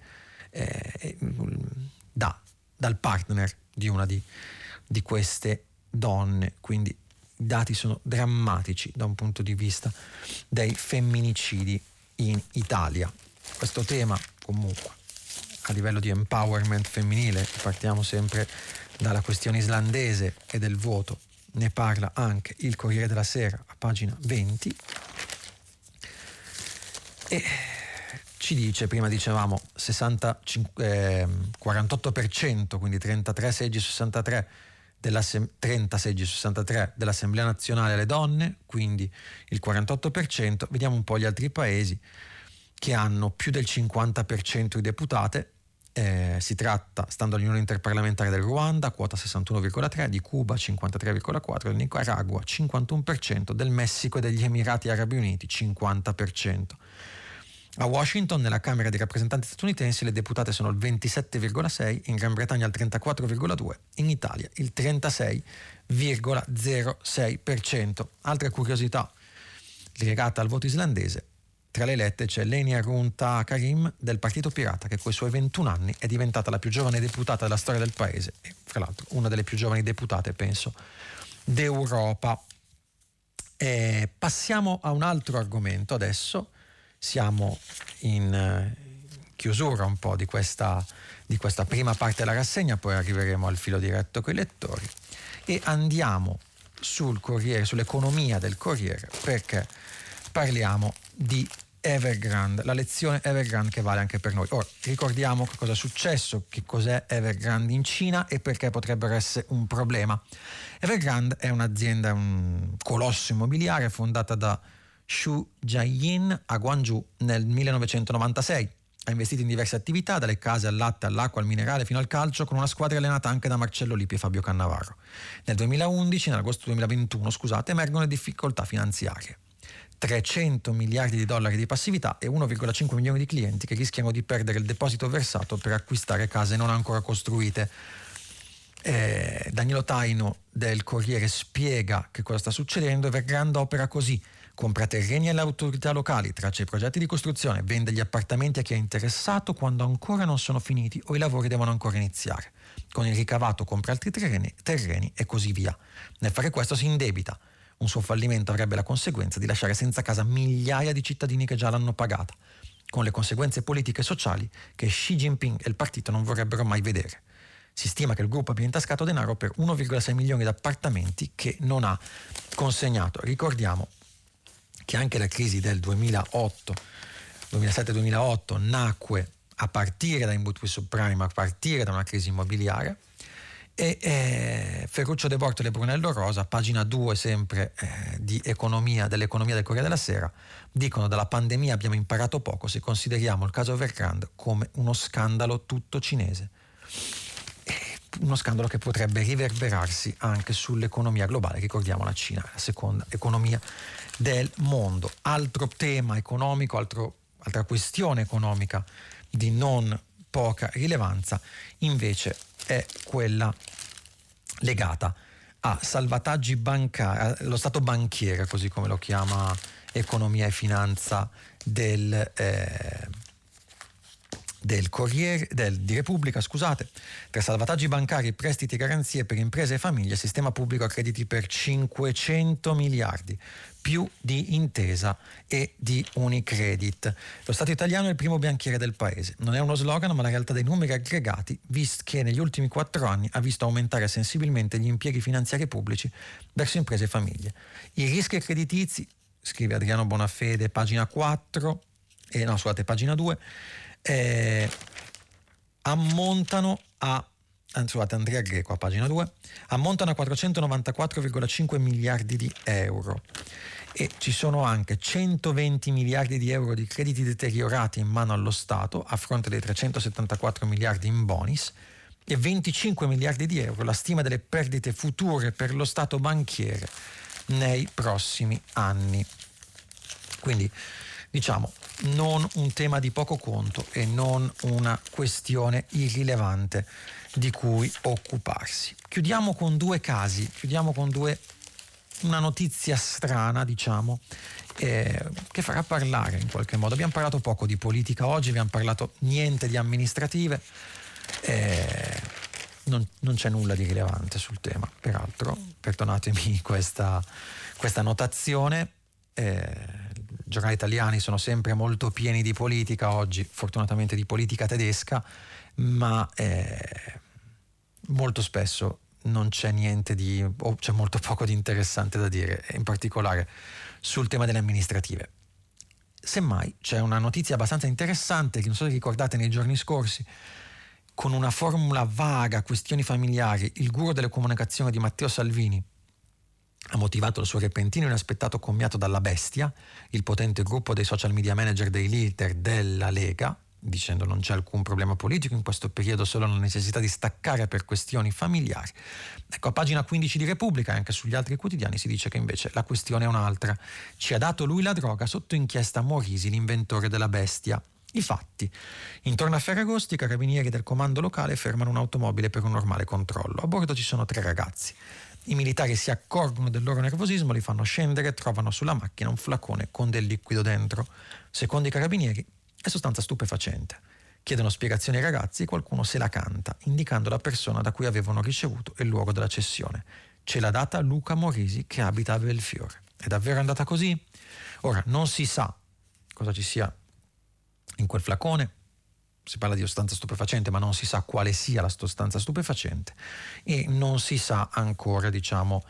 dal partner di una di queste donne. Quindi i dati sono drammatici da un punto di vista dei femminicidi in Italia. Questo tema comunque a livello di empowerment femminile, partiamo sempre dalla questione islandese e del voto, ne parla anche il Corriere della Sera a pagina 20 e ci dice, prima dicevamo 48%, quindi 33 seggi su 63 30 seggi su 63 dell'Assemblea nazionale alle donne, quindi il 48%. Vediamo un po' gli altri paesi che hanno più del 50% di deputate. Si tratta, stando all'Unione Interparlamentare, del Ruanda, quota 61,3, di Cuba 53,4, del Nicaragua 51%, del Messico e degli Emirati Arabi Uniti 50%. A Washington, nella Camera dei rappresentanti statunitensi, le deputate sono il 27,6%, in Gran Bretagna il 34,2%, in Italia il 36,06%. Altra curiosità legata al voto islandese: tra le elette c'è Leni Arunta Karim del Partito Pirata, che con i suoi 21 anni è diventata la più giovane deputata della storia del paese e, fra l'altro, una delle più giovani deputate, penso, d'Europa. Passiamo a un altro argomento adesso. Siamo in chiusura un po' di questa prima parte della rassegna, poi arriveremo al filo diretto con i lettori e andiamo sul Corriere, sull'economia del Corriere, perché parliamo di Evergrande, la lezione Evergrande che vale anche per noi. Ora, ricordiamo che cosa è successo, che cos'è Evergrande in Cina e perché potrebbero essere un problema. Evergrande è un'azienda, un colosso immobiliare fondata da Xu Jiayin a Guangzhou nel 1996. Ha investito in diverse attività, dalle case al latte, all'acqua, al minerale fino al calcio, con una squadra allenata anche da Marcello Lippi e Fabio Cannavaro. Nell'agosto 2021, emergono le difficoltà finanziarie. 300 miliardi di dollari di passività e 1,5 milioni di clienti che rischiano di perdere il deposito versato per acquistare case non ancora costruite. Danilo Taino del Corriere spiega che cosa sta succedendo. Evergrande opera così: compra terreni alle autorità locali, traccia i progetti di costruzione, vende gli appartamenti a chi è interessato quando ancora non sono finiti o i lavori devono ancora iniziare. Con il ricavato compra altri terreni e così via. Nel fare questo si indebita. Un suo fallimento avrebbe la conseguenza di lasciare senza casa migliaia di cittadini che già l'hanno pagata, con le conseguenze politiche e sociali che Xi Jinping e il partito non vorrebbero mai vedere. Si stima che il gruppo abbia intascato denaro per 1,6 milioni di appartamenti che non ha consegnato. Ricordiamo che anche la crisi del 2007-2008 nacque a partire da immutui subprime, a partire da una crisi immobiliare. E Ferruccio De Bortoli e Brunello Rosa, pagina 2 sempre dell'economia del Corriere della Sera, dicono: dalla pandemia abbiamo imparato poco se consideriamo il caso Evergrande come uno scandalo tutto cinese. Uno scandalo che potrebbe riverberarsi anche sull'economia globale. Ricordiamo, la Cina è la seconda economia del mondo. Altro tema economico, altra questione economica di non poca rilevanza invece è quella legata a salvataggi bancari, lo stato banchiere, così come lo chiama Economia e Finanza del Corriere di Repubblica, scusate. Tra salvataggi bancari, prestiti e garanzie per imprese e famiglie, sistema pubblico a crediti per 500 miliardi, più di Intesa e di Unicredit. Lo Stato italiano è il primo banchiere del paese. Non è uno slogan, ma la realtà dei numeri aggregati, visto che negli ultimi 4 anni ha visto aumentare sensibilmente gli impieghi finanziari pubblici verso imprese e famiglie. I rischi creditizi, scrive Adriano Bonafede, pagina 4, pagina 2, ammontano a Andrea Greco a pagina 2, ammontano a 494,5 miliardi di euro e ci sono anche 120 miliardi di euro di crediti deteriorati in mano allo Stato a fronte dei 374 miliardi in bonus e 25 miliardi di euro la stima delle perdite future per lo Stato banchiere nei prossimi anni. Quindi diciamo, non un tema di poco conto e non una questione irrilevante di cui occuparsi. Chiudiamo con due casi, una notizia strana, diciamo, che farà parlare in qualche modo. Abbiamo parlato poco di politica oggi, abbiamo parlato niente di amministrative, non c'è nulla di rilevante sul tema, peraltro, perdonatemi questa notazione. I giornali italiani sono sempre molto pieni di politica, oggi fortunatamente di politica tedesca, ma molto spesso non c'è niente o c'è molto poco di interessante da dire, in particolare sul tema delle amministrative. Semmai c'è una notizia abbastanza interessante che non so se ricordate nei giorni scorsi, con una formula vaga, questioni familiari, il guru delle comunicazioni di Matteo Salvini ha motivato il suo repentino e inaspettato commiato dalla Bestia, il potente gruppo dei social media manager dei leader della Lega, dicendo non c'è alcun problema politico in questo periodo, solo la necessità di staccare per questioni familiari. Ecco, a pagina 15 di Repubblica e anche sugli altri quotidiani si dice che invece la questione è un'altra. Ci ha dato lui la droga, sotto inchiesta Morisi, l'inventore della Bestia. I fatti. Intorno a Ferragosto i carabinieri del comando locale fermano un'automobile per un normale controllo. A bordo ci sono 3 ragazzi. I militari si accorgono del loro nervosismo, li fanno scendere e trovano sulla macchina un flacone con del liquido dentro. Secondo i carabinieri è sostanza stupefacente. Chiedono spiegazioni ai ragazzi e qualcuno se la canta, indicando la persona da cui avevano ricevuto il luogo della cessione. Ce l'ha data Luca Morisi, che abita a Belfiore. È davvero andata così? Ora, non si sa cosa ci sia in quel flacone. Si parla di sostanza stupefacente, ma non si sa quale sia la sostanza stupefacente e non si sa ancora, diciamo,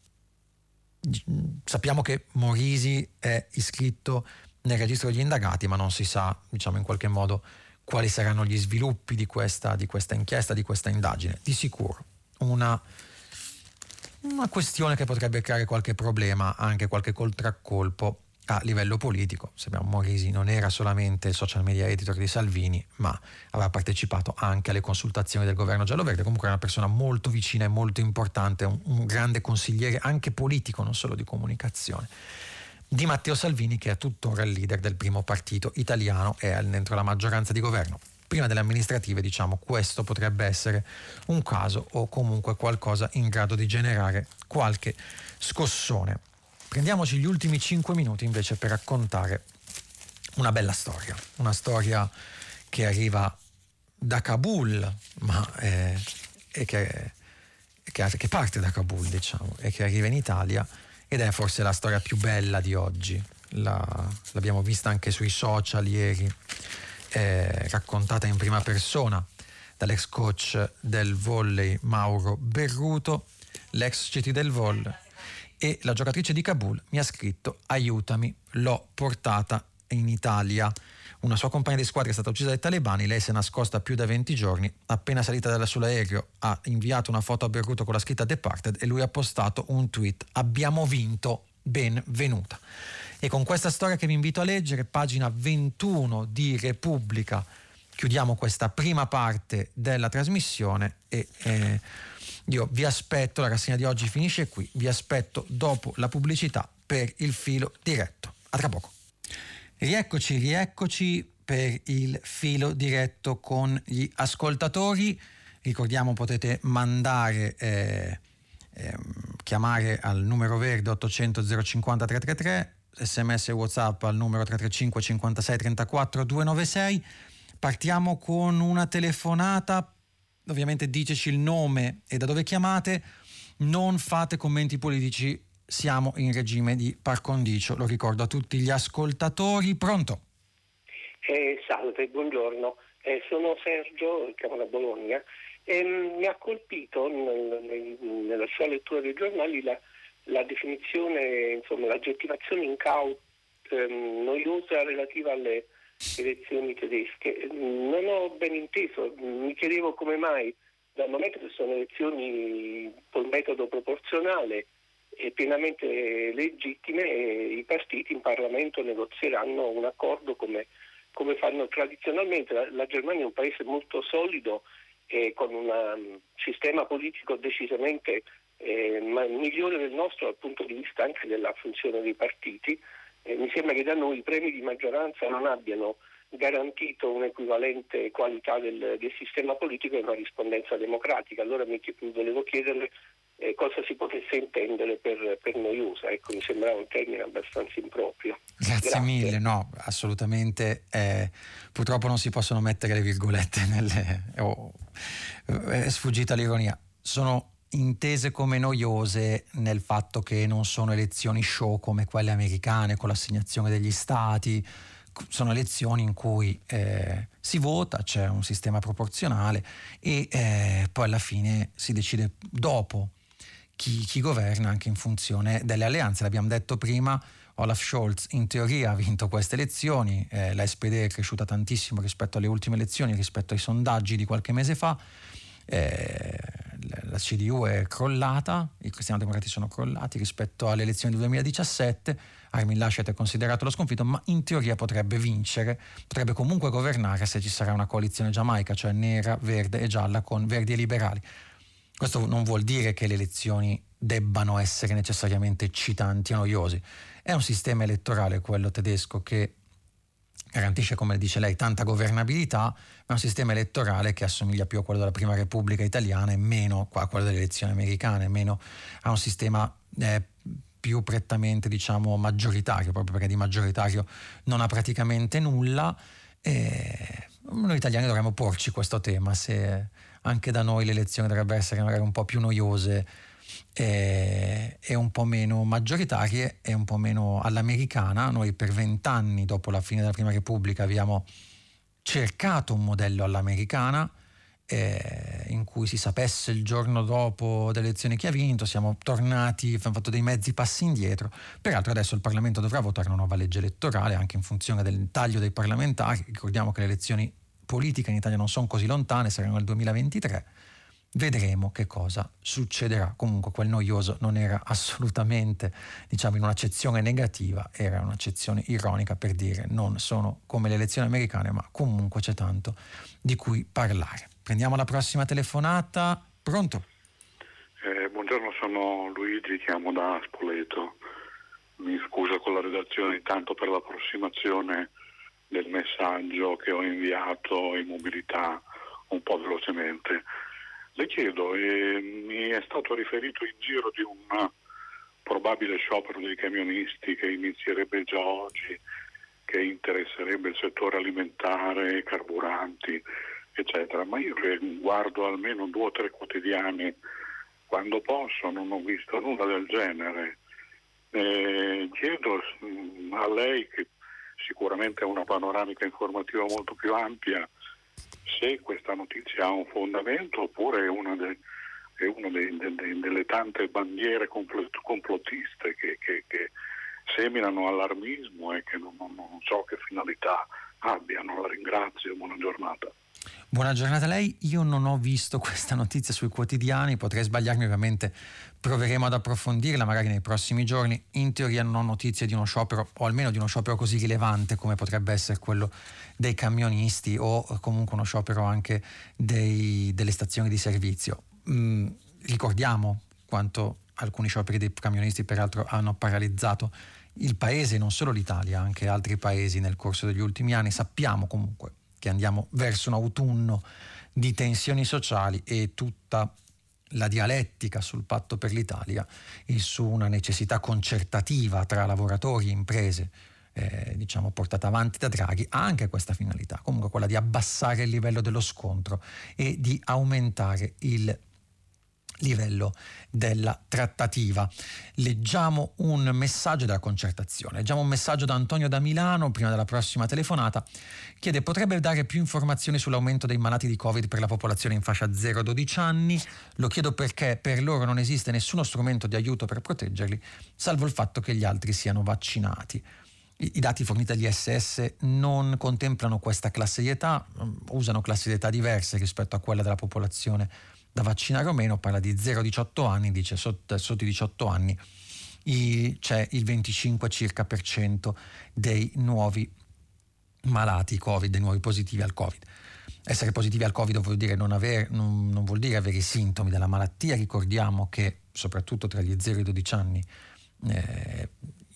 sappiamo che Morisi è iscritto nel registro degli indagati, ma non si sa, diciamo, in qualche modo quali saranno gli sviluppi di questa inchiesta, di questa indagine. Di sicuro una questione che potrebbe creare qualche problema, anche qualche contraccolpo a livello politico. Sappiamo Morisi non era solamente il social media editor di Salvini, ma aveva partecipato anche alle consultazioni del governo giallo-verde. Comunque era una persona molto vicina e molto importante, un grande consigliere anche politico, non solo di comunicazione, di Matteo Salvini, che è tuttora il leader del primo partito italiano e è dentro la maggioranza di governo. Prima delle amministrative, diciamo, questo potrebbe essere un caso o comunque qualcosa in grado di generare qualche scossone. Prendiamoci gli ultimi 5 minuti invece per raccontare una bella storia, una storia che arriva da Kabul, ma che parte da Kabul, diciamo, e che arriva in Italia, ed è forse la storia più bella di oggi. L'abbiamo vista anche sui social ieri, raccontata in prima persona dall'ex coach del volley Mauro Berruto, l'ex CT del volley. E la giocatrice di Kabul mi ha scritto: aiutami, l'ho portata in Italia. Una sua compagna di squadra è stata uccisa dai talebani, lei si è nascosta più da 20 giorni, appena salita sull'aereo ha inviato una foto a Berruto con la scritta Departed e lui ha postato un tweet: abbiamo vinto, benvenuta. E con questa storia che vi invito a leggere, pagina 21 di Repubblica, chiudiamo questa prima parte della trasmissione e io vi aspetto, la rassegna di oggi finisce qui, vi aspetto dopo la pubblicità per il filo diretto. A tra poco. Rieccoci per il filo diretto con gli ascoltatori. Ricordiamo, potete mandare, chiamare al numero verde 800 050 333, sms e WhatsApp al numero 335 56 34 296. Partiamo con una telefonata. Ovviamente diteci il nome e da dove chiamate, non fate commenti politici, siamo in regime di par condicio, lo ricordo a tutti gli ascoltatori. Pronto? Salve, buongiorno, sono Sergio, chiamo da Bologna, e mi ha colpito nella sua lettura dei giornali la definizione, insomma l'aggettivazione noiosa relativa alle elezioni tedesche. Non ho ben inteso, mi chiedevo come mai, dal momento che sono elezioni col metodo proporzionale e pienamente legittime, i partiti in Parlamento negozieranno un accordo come fanno tradizionalmente. La Germania è un paese molto solido e con un sistema politico decisamente migliore del nostro dal punto di vista anche della funzione dei partiti. Mi sembra che da noi i premi di maggioranza non abbiano garantito un'equivalente qualità del sistema politico e una rispondenza democratica. Allora volevo chiederle cosa si potesse intendere per noiosa. Ecco, mi sembrava un termine abbastanza improprio. Grazie mille, no, assolutamente. Purtroppo non si possono mettere le virgolette è sfuggita l'ironia. Sono intese come noiose nel fatto che non sono elezioni show come quelle americane con l'assegnazione degli stati. Sono elezioni in cui si vota, c'è un sistema proporzionale e poi alla fine si decide dopo chi governa anche in funzione delle alleanze. L'abbiamo detto prima, Olaf Scholz in teoria ha vinto queste elezioni, la SPD è cresciuta tantissimo rispetto alle ultime elezioni, rispetto ai sondaggi di qualche mese fa, la CDU è crollata, i cristiano-democratici sono crollati rispetto alle elezioni del 2017, Armin Laschet è considerato lo sconfitto, ma in teoria potrebbe vincere, potrebbe comunque governare se ci sarà una coalizione giamaica, cioè nera, verde e gialla con verdi e liberali. Questo non vuol dire che le elezioni debbano essere necessariamente eccitanti o noiosi. È un sistema elettorale, quello tedesco, che garantisce, come dice lei, tanta governabilità, ma è un sistema elettorale che assomiglia più a quello della Prima Repubblica italiana e meno a quello delle elezioni americane, meno a un sistema più prettamente, diciamo, maggioritario, proprio perché di maggioritario non ha praticamente nulla. Noi italiani dovremmo porci questo tema, se anche da noi le elezioni dovrebbero essere magari un po' più noiose e un po' meno maggioritarie e un po' meno all'americana. Noi per 20 anni dopo la fine della Prima Repubblica abbiamo cercato un modello all'americana in cui si sapesse il giorno dopo delle elezioni chi ha vinto. Siamo tornati, abbiamo fatto dei mezzi passi indietro. Peraltro adesso il Parlamento dovrà votare una nuova legge elettorale anche in funzione del taglio dei parlamentari. Ricordiamo che le elezioni politiche in Italia non sono così lontane, saranno nel 2023. Vedremo che cosa succederà. Comunque quel noioso non era assolutamente, diciamo, in un'accezione negativa, era un'accezione ironica per dire non sono come le elezioni americane, ma comunque c'è tanto di cui parlare. Prendiamo la prossima telefonata. Pronto? Buongiorno, sono Luigi, chiamo da Spoleto. Mi scuso con la redazione intanto per l'approssimazione del messaggio che ho inviato in mobilità un po' velocemente. Le chiedo, mi è stato riferito in giro di un probabile sciopero dei camionisti che inizierebbe già oggi, che interesserebbe il settore alimentare, carburanti, eccetera, ma io guardo almeno 2 o 3 quotidiani quando posso, non ho visto nulla del genere. Chiedo a lei, che sicuramente ha una panoramica informativa molto più ampia, se questa notizia ha un fondamento oppure è una delle tante bandiere complottiste che seminano allarmismo e che non so che finalità abbiano. La ringrazio, buona giornata. Buona giornata a lei. Io non ho visto questa notizia sui quotidiani, potrei sbagliarmi, ovviamente proveremo ad approfondirla magari nei prossimi giorni. In teoria non ho notizie di uno sciopero, o almeno di uno sciopero così rilevante come potrebbe essere quello dei camionisti o comunque uno sciopero anche delle stazioni di servizio. Ricordiamo quanto alcuni scioperi dei camionisti peraltro hanno paralizzato il paese, non solo l'Italia, anche altri paesi nel corso degli ultimi anni. Sappiamo comunque che andiamo verso un autunno di tensioni sociali e tutta la dialettica sul patto per l'Italia e su una necessità concertativa tra lavoratori e imprese, diciamo portata avanti da Draghi, ha anche questa finalità, comunque quella di abbassare il livello dello scontro e di aumentare il livello della trattativa. Leggiamo un messaggio della concertazione, leggiamo un messaggio da Antonio da Milano prima della prossima telefonata. Chiede: potrebbe dare più informazioni sull'aumento dei malati di Covid per la popolazione in fascia 0-12 anni? Lo chiedo perché per loro non esiste nessuno strumento di aiuto per proteggerli, salvo il fatto che gli altri siano vaccinati. I dati forniti dall'ISS non contemplano questa classe di età, usano classi di età diverse rispetto a quella della popolazione da vaccinare o meno. Parla di 0-18 anni, dice sotto i 18 anni c'è il 25 circa per cento dei nuovi malati Covid, dei nuovi positivi al Covid. Essere positivi al Covid vuol dire non vuol dire avere i sintomi della malattia. Ricordiamo che soprattutto tra gli 0 e i 12 anni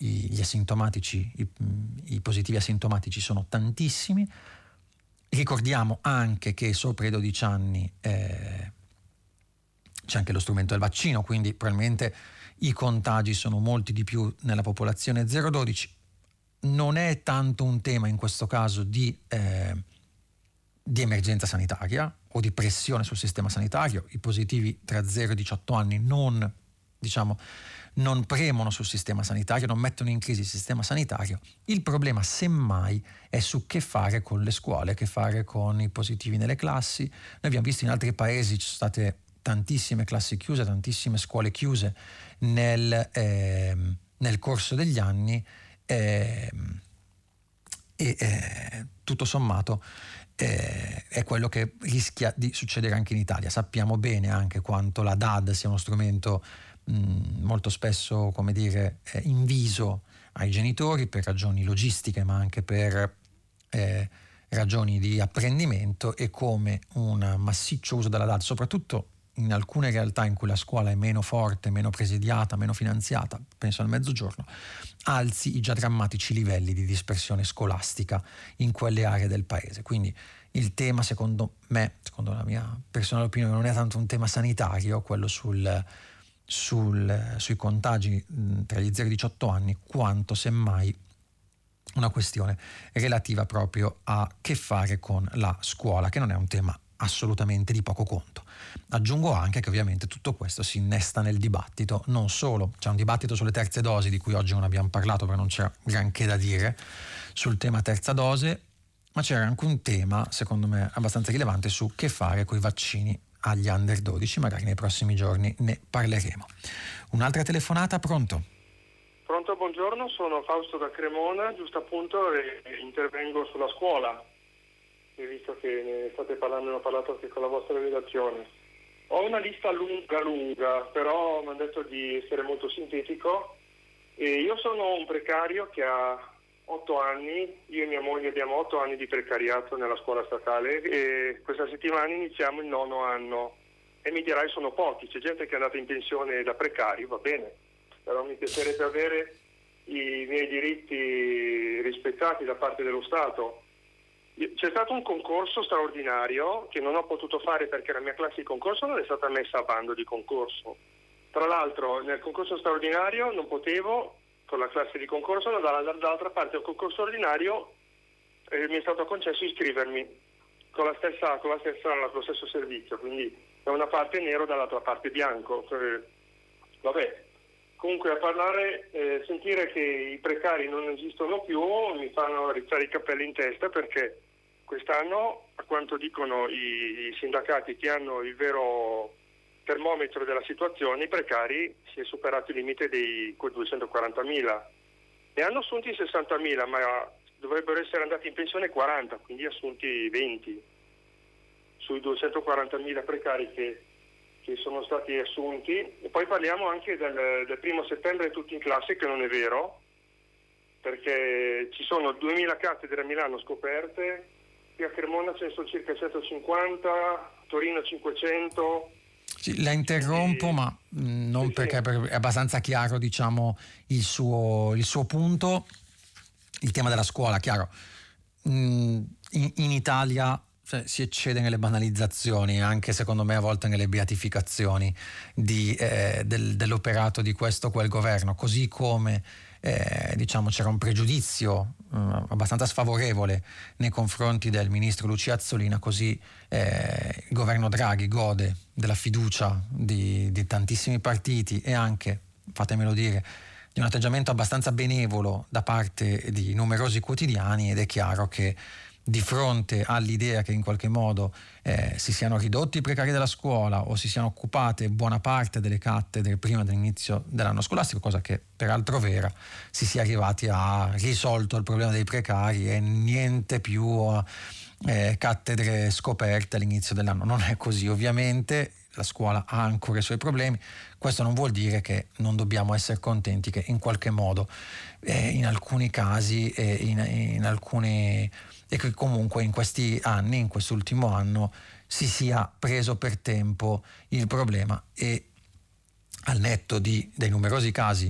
gli asintomatici, i positivi asintomatici sono tantissimi. Ricordiamo anche che sopra i 12 anni c'è anche lo strumento del vaccino, quindi probabilmente i contagi sono molti di più nella popolazione 0-12. Non è tanto un tema in questo caso di emergenza sanitaria o di pressione sul sistema sanitario. I positivi tra 0 e 18 anni non premono sul sistema sanitario, non mettono in crisi il sistema sanitario. Il problema semmai è su che fare con le scuole, che fare con i positivi nelle classi. Noi abbiamo visto in altri paesi ci sono state tantissime classi chiuse, tantissime scuole chiuse nel corso degli anni e tutto sommato è quello che rischia di succedere anche in Italia. Sappiamo bene anche quanto la DAD sia uno strumento molto spesso, come dire, inviso ai genitori per ragioni logistiche, ma anche per ragioni di apprendimento, e come un massiccio uso della DAD, soprattutto in alcune realtà in cui la scuola è meno forte, meno presidiata, meno finanziata, penso al Mezzogiorno, alzi i già drammatici livelli di dispersione scolastica in quelle aree del paese. Quindi il tema, secondo me, secondo la mia personale opinione, non è tanto un tema sanitario, quello sui contagi tra gli 0 e i 18 anni, quanto semmai una questione relativa proprio a che fare con la scuola, che non è un tema assolutamente di poco conto. Aggiungo anche che ovviamente tutto questo si innesta nel dibattito, non solo c'è un dibattito sulle terze dosi di cui oggi non abbiamo parlato perché non c'era granché da dire sul tema terza dose, ma c'era anche un tema secondo me abbastanza rilevante su che fare con i vaccini agli under 12, magari nei prossimi giorni ne parleremo. Un'altra telefonata, pronto? Pronto, buongiorno, sono Fausto da Cremona, giusto appunto intervengo sulla scuola. E visto che ne state parlando, ne ho parlato anche con la vostra redazione. Ho una lista lunga, però mi hanno detto di essere molto sintetico. E io sono un precario che ha 8 anni, io e mia moglie abbiamo 8 anni di precariato nella scuola statale e questa settimana iniziamo il 9° anno. E mi dirai sono pochi, c'è gente che è andata in pensione da precario, va bene, però mi piacerebbe avere i miei diritti rispettati da parte dello Stato. C'è stato un concorso straordinario che non ho potuto fare perché la mia classe di concorso non è stata messa a bando di concorso. Tra l'altro nel concorso straordinario non potevo con la classe di concorso, ma dall'altra parte al concorso ordinario mi è stato concesso iscrivermi con lo stesso servizio, quindi da una parte nero, dall'altra parte bianco. Vabbè, comunque a parlare, sentire che i precari non esistono più mi fanno rizzare i capelli in testa, perché quest'anno, a quanto dicono i sindacati che hanno il vero termometro della situazione, i precari si è superato il limite dei 240.000. Ne hanno assunti 60.000, ma dovrebbero essere andati in pensione 40, quindi assunti 20 sui 240.000 precari che sono stati assunti. E poi parliamo anche del 1° settembre tutti in classe, che non è vero, perché ci sono 2.000 cattedre a Milano scoperte, qui a Cremona ce ne sono circa 150, a Torino 500. Sì, la interrompo, ma non sì, perché è abbastanza chiaro, diciamo, il suo punto. Il tema della scuola, chiaro, in Italia si eccede nelle banalizzazioni, anche secondo me a volte nelle beatificazioni dell'operato di questo o quel governo, così come diciamo c'era un pregiudizio abbastanza sfavorevole nei confronti del ministro Lucia Azzolina, così il governo Draghi gode della fiducia di tantissimi partiti e anche, fatemelo dire, di un atteggiamento abbastanza benevolo da parte di numerosi quotidiani, ed è chiaro che di fronte all'idea che in qualche modo si siano ridotti i precari della scuola o si siano occupate buona parte delle cattedre prima dell'inizio dell'anno scolastico, cosa che peraltro vera, si sia arrivati a risolto il problema dei precari e niente più cattedre scoperte all'inizio dell'anno. Non è così, ovviamente la scuola ha ancora i suoi problemi. Questo non vuol dire che non dobbiamo essere contenti che in qualche modo in alcuni casi in alcuni e che comunque in questi anni, in quest'ultimo anno, si sia preso per tempo il problema, e al netto dei numerosi casi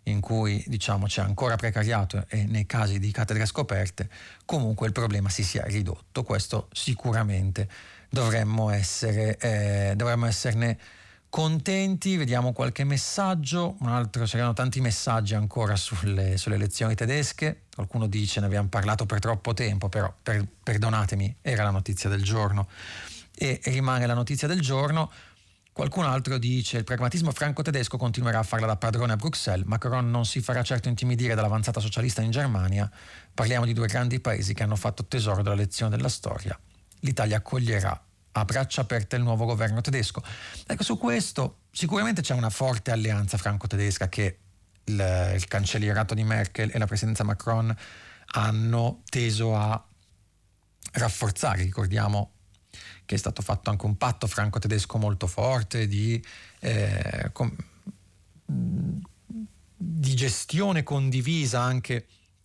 in cui diciamo c'è ancora precariato e nei casi di cattedre scoperte, comunque il problema si sia ridotto. Questo sicuramente dovremmo esserne contenti. Vediamo qualche messaggio. C'erano tanti messaggi ancora sulle elezioni tedesche. Qualcuno dice: ne abbiamo parlato per troppo tempo, però perdonatemi, era la notizia del giorno e rimane la notizia del giorno. Qualcun altro dice: il pragmatismo franco-tedesco continuerà a farla da padrone a Bruxelles, Macron non si farà certo intimidire dall'avanzata socialista in Germania. Parliamo di due grandi paesi che hanno fatto tesoro della lezione della storia. L'Italia accoglierà a braccia aperte il nuovo governo tedesco. Ecco, su questo sicuramente c'è una forte alleanza franco-tedesca che il cancellierato di Merkel e la presidenza Macron hanno teso a rafforzare. Ricordiamo che è stato fatto anche un patto franco-tedesco molto forte di gestione condivisa anche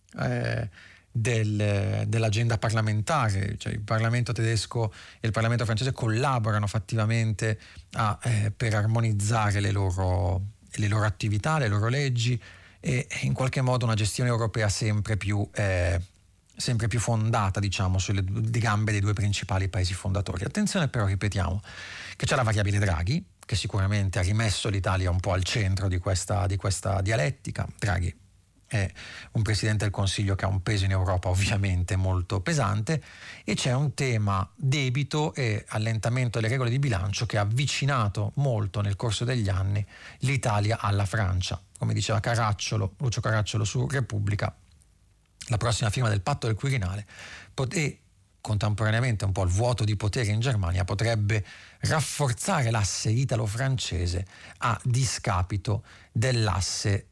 dell'agenda parlamentare, cioè il Parlamento tedesco e il Parlamento francese collaborano fattivamente per armonizzare le loro attività, le loro leggi e in qualche modo una gestione europea sempre più fondata, diciamo, sulle gambe dei due principali paesi fondatori. Attenzione però, ripetiamo, che c'è la variabile Draghi, che sicuramente ha rimesso l'Italia un po' al centro di questa dialettica. Draghi è un presidente del Consiglio che ha un peso in Europa ovviamente molto pesante, e c'è un tema debito e allentamento delle regole di bilancio che ha avvicinato molto nel corso degli anni l'Italia alla Francia. Come diceva Lucio Caracciolo su Repubblica, la prossima firma del patto del Quirinale e contemporaneamente un po' il vuoto di potere in Germania potrebbe rafforzare l'asse italo-francese a discapito dell'asse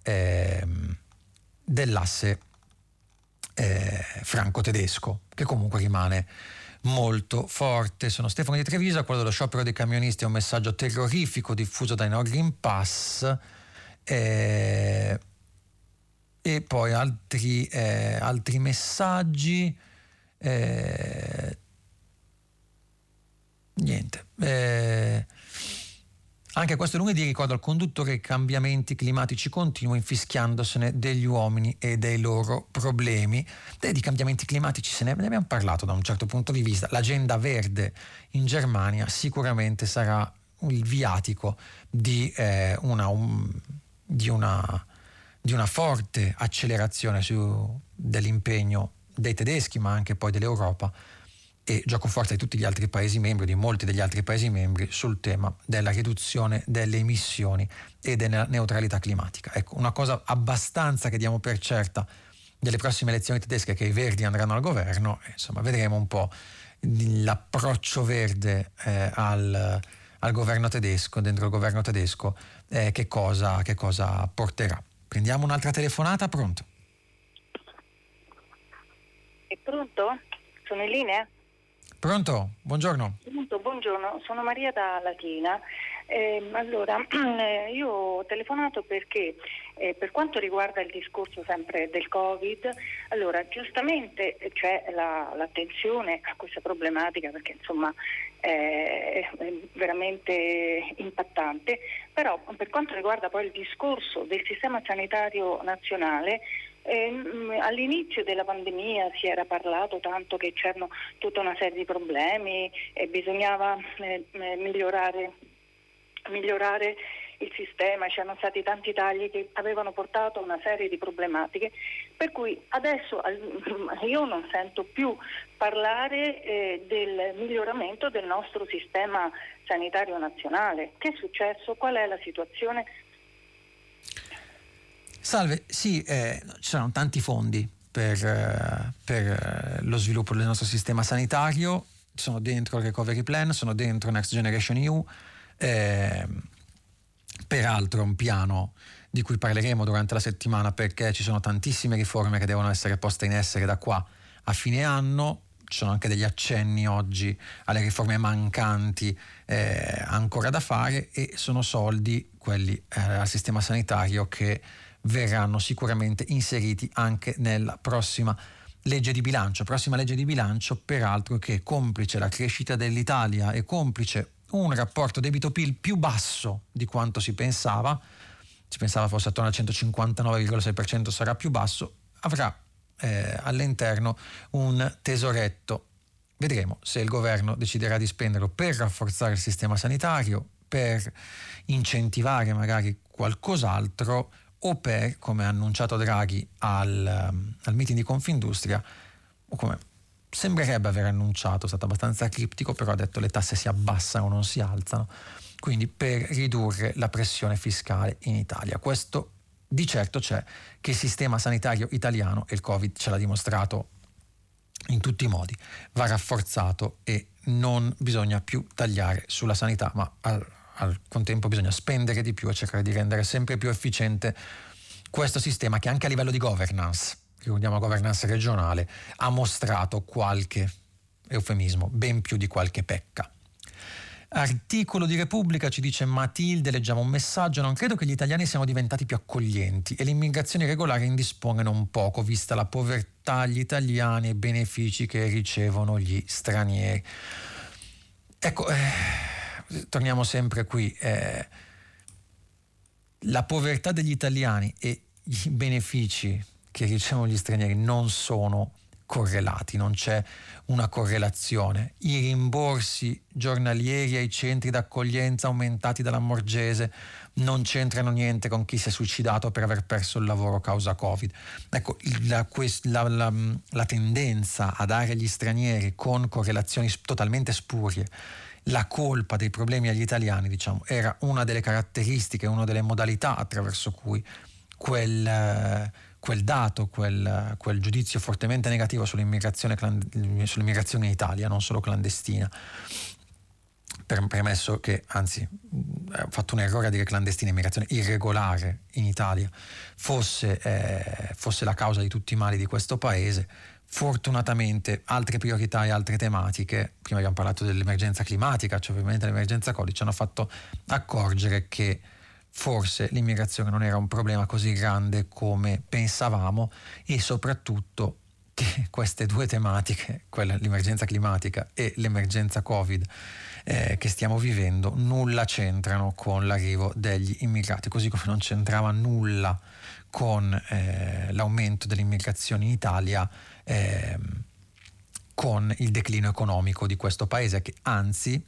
franco-tedesco, che comunque rimane molto forte. Sono Stefano di Treviso. Quello dello sciopero dei camionisti è un messaggio terrorifico diffuso dai No Green Pass. E poi altri messaggi. Niente. Anche questo lunedì ricordo al conduttore i cambiamenti climatici continui, infischiandosene degli uomini e dei loro problemi. Di cambiamenti climatici ne abbiamo parlato da un certo punto di vista. L'agenda verde in Germania sicuramente sarà il viatico di una forte accelerazione dell'impegno dei tedeschi, ma anche poi dell'Europa, e giocoforza di tutti gli altri Paesi membri, di molti degli altri Paesi membri, sul tema della riduzione delle emissioni e della neutralità climatica. Ecco, una cosa abbastanza che diamo per certa delle prossime elezioni tedesche, che i Verdi andranno al governo. Insomma, vedremo un po' l'approccio verde al governo tedesco, dentro il governo tedesco, che cosa porterà. Prendiamo un'altra telefonata. Pronto? È pronto? Sono in linea? Pronto? Buongiorno. Buongiorno, sono Maria da Latina. Allora, io ho telefonato perché per quanto riguarda il discorso sempre del Covid, allora giustamente c'è l'attenzione a questa problematica, perché insomma è veramente impattante, però per quanto riguarda poi il discorso del sistema sanitario nazionale, all'inizio della pandemia si era parlato tanto che c'erano tutta una serie di problemi e bisognava migliorare il sistema. C'erano stati tanti tagli che avevano portato a una serie di problematiche, per cui adesso io non sento più parlare del miglioramento del nostro sistema sanitario nazionale. Che è successo? Qual è la situazione? Salve, sì, ci sono tanti fondi per lo sviluppo del nostro sistema sanitario, sono dentro il Recovery Plan, sono dentro Next Generation EU, peraltro è un piano di cui parleremo durante la settimana, perché ci sono tantissime riforme che devono essere poste in essere da qua a fine anno. Ci sono anche degli accenni oggi alle riforme mancanti ancora da fare, e sono soldi quelli al sistema sanitario che verranno sicuramente inseriti anche nella prossima legge di bilancio, peraltro che, complice la crescita dell'Italia e complice un rapporto debito-PIL più basso di quanto si pensava, si pensava fosse attorno al 159,6%, sarà più basso, avrà all'interno un tesoretto. Vedremo se il governo deciderà di spenderlo per rafforzare il sistema sanitario, per incentivare magari qualcos'altro, o per, come ha annunciato Draghi al meeting di Confindustria, o come sembrerebbe aver annunciato, è stato abbastanza criptico, però ha detto le tasse si abbassano, non si alzano, quindi per ridurre la pressione fiscale in Italia. Questo di certo c'è, che il sistema sanitario italiano, e il Covid ce l'ha dimostrato in tutti i modi, va rafforzato e non bisogna più tagliare sulla sanità, ma al contempo bisogna spendere di più e cercare di rendere sempre più efficiente questo sistema, che anche a livello di governance, ricordiamo governance regionale, ha mostrato qualche eufemismo, ben più di qualche pecca. Articolo di Repubblica, ci dice Matilde, leggiamo un messaggio: non credo che gli italiani siano diventati più accoglienti e l'immigrazione irregolare indispone non poco, vista la povertà, gli italiani e i benefici che ricevono gli stranieri. Ecco, torniamo sempre qui, la povertà degli italiani e i benefici che ricevono gli stranieri non sono correlati, non c'è una correlazione. I rimborsi giornalieri ai centri d'accoglienza aumentati dalla Lamorgese non c'entrano niente con chi si è suicidato per aver perso il lavoro causa Covid. Ecco, la tendenza a dare agli stranieri con correlazioni totalmente spurie la colpa dei problemi agli italiani, diciamo, era una delle caratteristiche, una delle modalità attraverso cui quel dato, quel giudizio fortemente negativo sull'immigrazione in Italia, non solo clandestina, premesso che, anzi, ho fatto un errore a dire clandestina, immigrazione irregolare in Italia fosse la causa di tutti i mali di questo paese. Fortunatamente altre priorità e altre tematiche, prima abbiamo parlato dell'emergenza climatica, cioè ovviamente l'emergenza Covid, ci hanno fatto accorgere che forse l'immigrazione non era un problema così grande come pensavamo, e soprattutto che queste due tematiche, l'emergenza climatica e l'emergenza Covid che stiamo vivendo, nulla c'entrano con l'arrivo degli immigrati, così come non c'entrava nulla con l'aumento dell'immigrazione in Italia, con il declino economico di questo paese, che anzi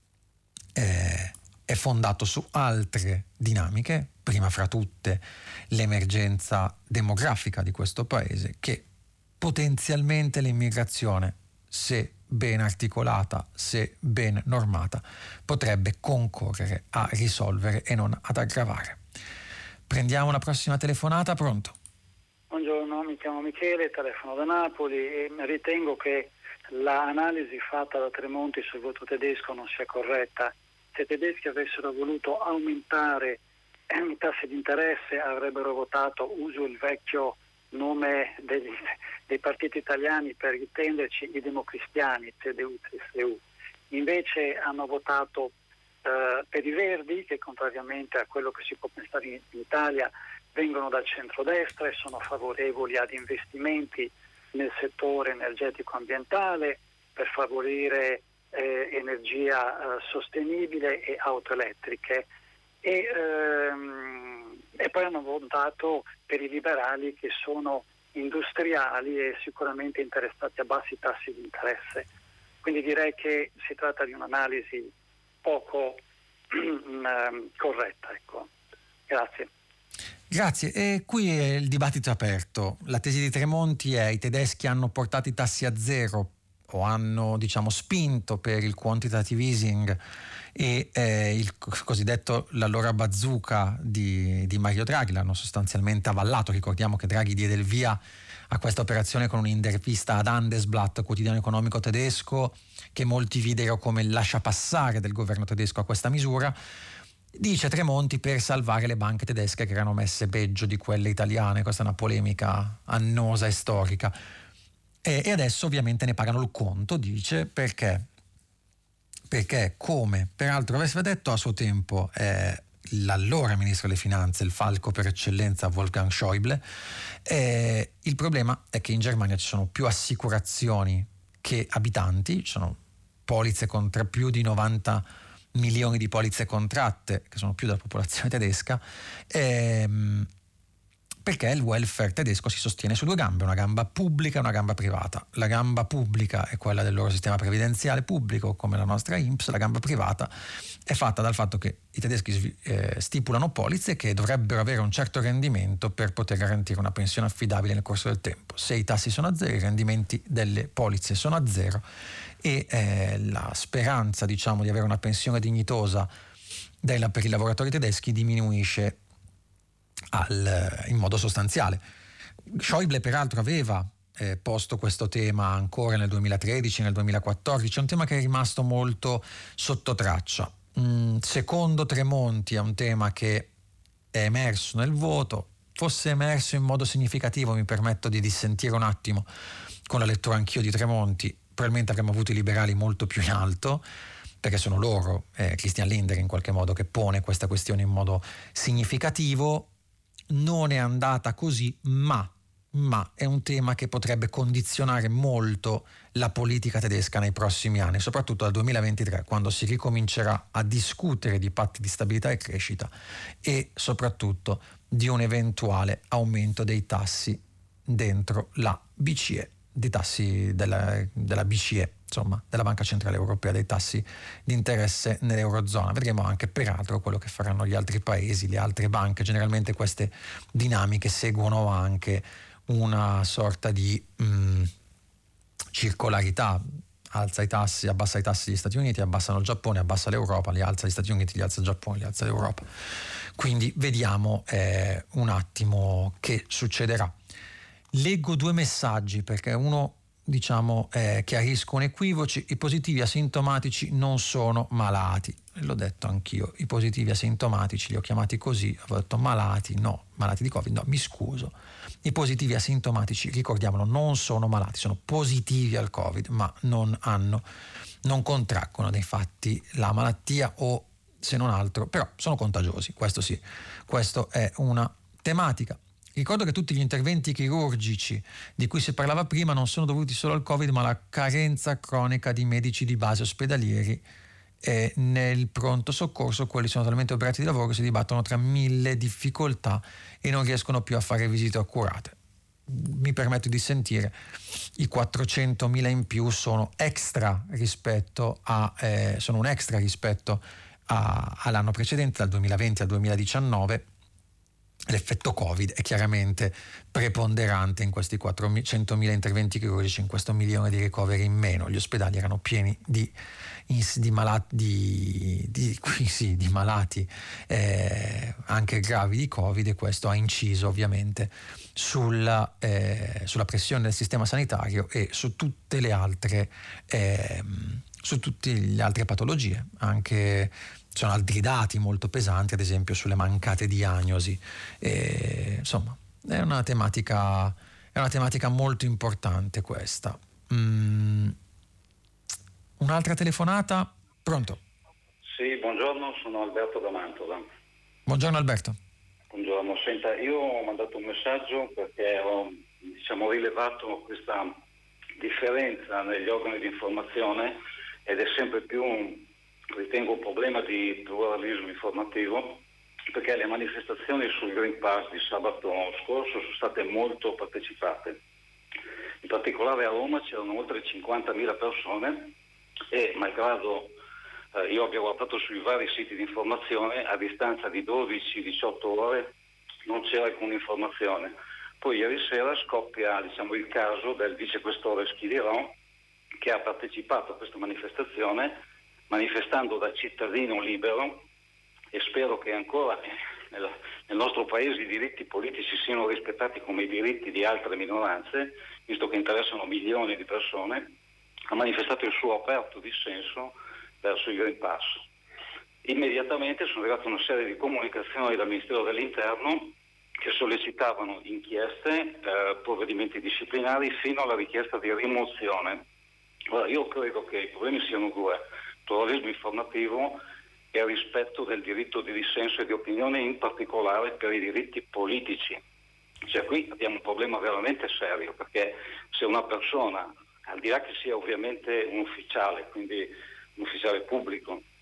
è fondato su altre dinamiche, prima fra tutte l'emergenza demografica di questo paese, che potenzialmente l'immigrazione, se ben articolata, se ben normata, potrebbe concorrere a risolvere e non ad aggravare. Prendiamo la prossima telefonata. Pronto? Buongiorno, mi chiamo Michele, telefono da Napoli e ritengo che l'analisi fatta da Tremonti sul voto tedesco non sia corretta. Se i tedeschi avessero voluto aumentare i tassi di interesse avrebbero votato, uso il vecchio nome dei partiti italiani per intenderci, i democristiani, CDU, CSU. Invece hanno votato per i Verdi, che contrariamente a quello che si può pensare in Italia vengono dal centrodestra e sono favorevoli ad investimenti nel settore energetico ambientale per favorire energia sostenibile e auto elettriche, e poi hanno votato per i liberali, che sono industriali e sicuramente interessati a bassi tassi di interesse. Quindi direi che si tratta di un'analisi poco corretta. Ecco. Grazie. E qui il dibattito è aperto. La tesi di Tremonti è: i tedeschi hanno portato i tassi a zero o hanno, diciamo, spinto per il quantitative easing e il cosiddetto l'allora bazooka di Mario Draghi, l'hanno sostanzialmente avallato. Ricordiamo che Draghi diede il via a questa operazione con un'intervista ad Handelsblatt, quotidiano economico tedesco, che molti videro come il lasciapassare del governo tedesco a questa misura. Dice Tremonti, per salvare le banche tedesche che erano messe peggio di quelle italiane. Questa è una polemica annosa e storica. E adesso ovviamente ne pagano il conto, dice, perché come peraltro aveva detto a suo tempo l'allora ministro delle finanze, il falco per eccellenza Wolfgang Schäuble, il problema è che in Germania ci sono più assicurazioni che abitanti, ci sono polizze con più di 90 milioni di polizze contratte, che sono più della popolazione tedesca, perché il welfare tedesco si sostiene su due gambe, una gamba pubblica e una gamba privata. La gamba pubblica è quella del loro sistema previdenziale pubblico, come la nostra INPS. La gamba privata è fatta dal fatto che i tedeschi stipulano polizze che dovrebbero avere un certo rendimento per poter garantire una pensione affidabile nel corso del tempo. Se i tassi sono a zero, i rendimenti delle polizze sono a zero e la speranza, diciamo, di avere una pensione dignitosa per i lavoratori tedeschi diminuisce in modo sostanziale. Schäuble peraltro aveva posto questo tema ancora nel 2013, nel 2014, è un tema che è rimasto molto sotto traccia. Secondo Tremonti è un tema che è emerso nel voto, fosse emerso in modo significativo, mi permetto di dissentire un attimo con la lettura anch'io di Tremonti, probabilmente avremmo avuto i liberali molto più in alto, perché sono loro, Christian Lindner in qualche modo, che pone questa questione in modo significativo. Non è andata così, ma è un tema che potrebbe condizionare molto la politica tedesca nei prossimi anni, soprattutto dal 2023, quando si ricomincerà a discutere di patti di stabilità e crescita e soprattutto di un eventuale aumento dei tassi dentro la BCE, dei tassi della BCE, insomma, della Banca Centrale Europea, dei tassi di interesse nell'Eurozona. Vedremo anche peraltro quello che faranno gli altri paesi, le altre banche. Generalmente queste dinamiche seguono anche una sorta di circolarità. Alza i tassi, abbassa i tassi gli Stati Uniti, abbassano il Giappone, abbassa l'Europa, li alza gli Stati Uniti, li alza il Giappone, li alza l'Europa. Quindi vediamo un attimo che succederà. Leggo due messaggi perché uno, diciamo, chiariscono equivoci. I positivi asintomatici non sono malati. L'ho detto anch'io, i positivi asintomatici li ho chiamati così, avevo detto malati di Covid, no, mi scuso. I positivi asintomatici, ricordiamolo, non sono malati, sono positivi al Covid, ma non contraggono nei fatti la malattia o, se non altro, però sono contagiosi, questo sì, questo è una tematica. Ricordo che tutti gli interventi chirurgici di cui si parlava prima non sono dovuti solo al Covid, ma alla carenza cronica di medici di base ospedalieri. E nel pronto soccorso quelli sono talmente oberati di lavoro che si dibattono tra mille difficoltà e non riescono più a fare visite accurate. Mi permetto di sentire, i 400.000 in più sono un extra rispetto all'anno precedente, dal 2020 al 2019. L'effetto Covid è chiaramente preponderante in questi 400.000 interventi chirurgici, in questo 1 milione di ricoveri in meno. Gli ospedali erano pieni di malati anche gravi di Covid, e questo ha inciso ovviamente sulla pressione del sistema sanitario e su tutte le altre patologie. Anche sono altri dati molto pesanti, ad esempio sulle mancate diagnosi. Insomma, è una tematica molto importante questa. Un'altra telefonata? Pronto? Sì, buongiorno, sono Alberto da Mantova. Buongiorno Alberto. Buongiorno, senta, io ho mandato un messaggio perché ho rilevato questa differenza negli organi di informazione ed è sempre più ritengo un problema di pluralismo informativo, perché le manifestazioni sul Green Pass di sabato scorso sono state molto partecipate. In particolare a Roma c'erano oltre 50.000 persone e malgrado io abbia guardato sui vari siti di informazione, a distanza di 12-18 ore non c'era alcuna informazione. Poi ieri sera scoppia il caso del vicequestore Schilirò, che ha partecipato a questa manifestazione manifestando da cittadino libero, e spero che ancora nel nostro paese i diritti politici siano rispettati come i diritti di altre minoranze, visto che interessano milioni di persone. Ha manifestato il suo aperto dissenso verso il Green Pass. Immediatamente sono arrivate una serie di comunicazioni dal Ministero dell'Interno che sollecitavano inchieste, provvedimenti disciplinari, fino alla richiesta di rimozione. Ora, io credo che i problemi siano due: pluralismo informativo e rispetto del diritto di dissenso e di opinione, in particolare per i diritti politici. Cioè, qui abbiamo un problema veramente serio, perché se una persona, al di là che sia ovviamente un ufficiale, quindi un ufficiale pubblico,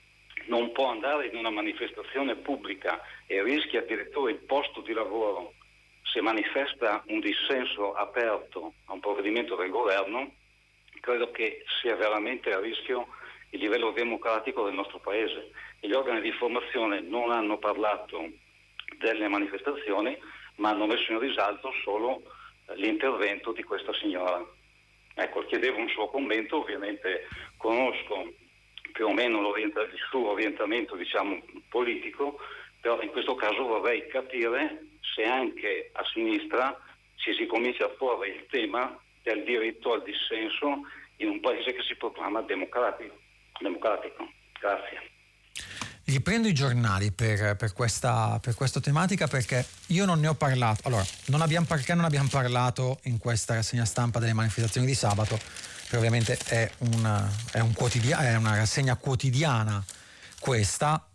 non può andare in una manifestazione pubblica e rischia addirittura il posto di lavoro se manifesta un dissenso aperto a un provvedimento del governo, credo che sia veramente a rischio il livello democratico del nostro Paese. Gli organi di informazione non hanno parlato delle manifestazioni, ma hanno messo in risalto solo l'intervento di questa signora. Ecco, chiedevo un suo commento, ovviamente conosco più o meno il suo orientamento, diciamo, politico, però in questo caso vorrei capire se anche a sinistra si comincia a porre il tema del diritto al dissenso in un paese che si proclama democratico. Grazie. Riprendo i giornali per questa tematica, perché io non ne ho parlato. Allora, perché non abbiamo parlato in questa rassegna stampa delle manifestazioni di sabato, perché ovviamente è una rassegna quotidiana questa,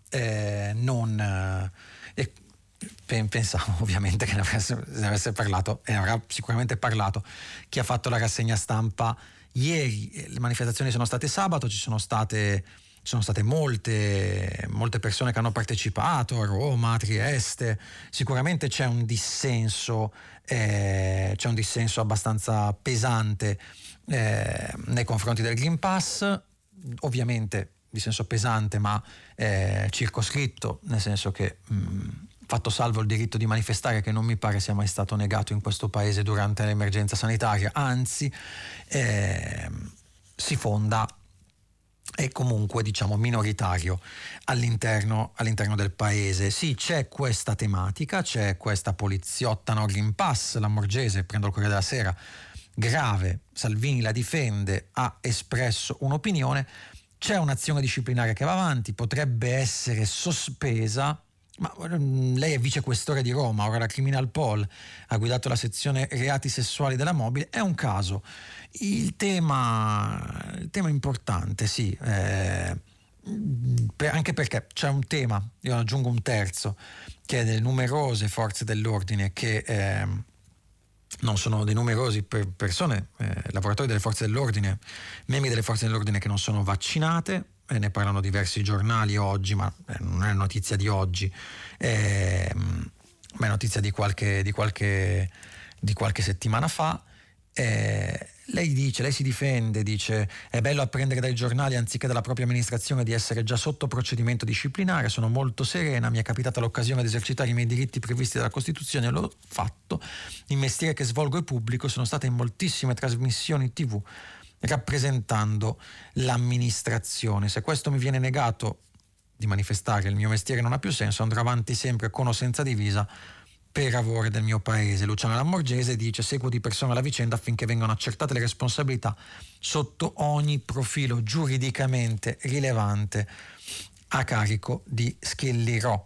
pensavo ovviamente che ne avesse parlato, e ne avrà sicuramente parlato chi ha fatto la rassegna stampa ieri. Le manifestazioni sono state sabato, ci sono state molte persone che hanno partecipato a Roma, a Trieste. Sicuramente c'è un dissenso abbastanza pesante nei confronti del Green Pass, ovviamente dissenso pesante ma circoscritto, nel senso che fatto salvo il diritto di manifestare, che non mi pare sia mai stato negato in questo paese durante l'emergenza sanitaria, anzi si fonda, è comunque, diciamo, minoritario all'interno del paese. Sì, c'è questa tematica, c'è questa poliziotta no Green Pass, Lamorgese, prendo il Corriere della Sera, grave, Salvini la difende, ha espresso un'opinione, c'è un'azione disciplinare che va avanti, potrebbe essere sospesa, ma lei è vicequestore di Roma, ora la Criminal Pol, ha guidato la sezione reati sessuali della Mobile, è un caso. Il tema importante, sì, anche perché c'è un tema, io aggiungo un terzo, che è delle numerose forze dell'ordine che non sono dei numerosi persone, lavoratori delle forze dell'ordine, membri delle forze dell'ordine che non sono vaccinate. Ne parlano diversi giornali oggi, ma non è notizia di oggi, ma è notizia di qualche settimana fa. Lei si difende, dice: è bello apprendere dai giornali anziché dalla propria amministrazione di essere già sotto procedimento disciplinare, sono molto serena, mi è capitata l'occasione di esercitare i miei diritti previsti dalla Costituzione e l'ho fatto. Il mestiere che svolgo è pubblico, sono stata in moltissime trasmissioni TV rappresentando l'amministrazione. Se questo mi viene negato, di manifestare il mio mestiere non ha più senso, andrò avanti sempre con o senza divisa per favore del mio paese. Luciano Lamorgese dice: seguo di persona la vicenda affinché vengano accertate le responsabilità sotto ogni profilo giuridicamente rilevante a carico di Schillirò.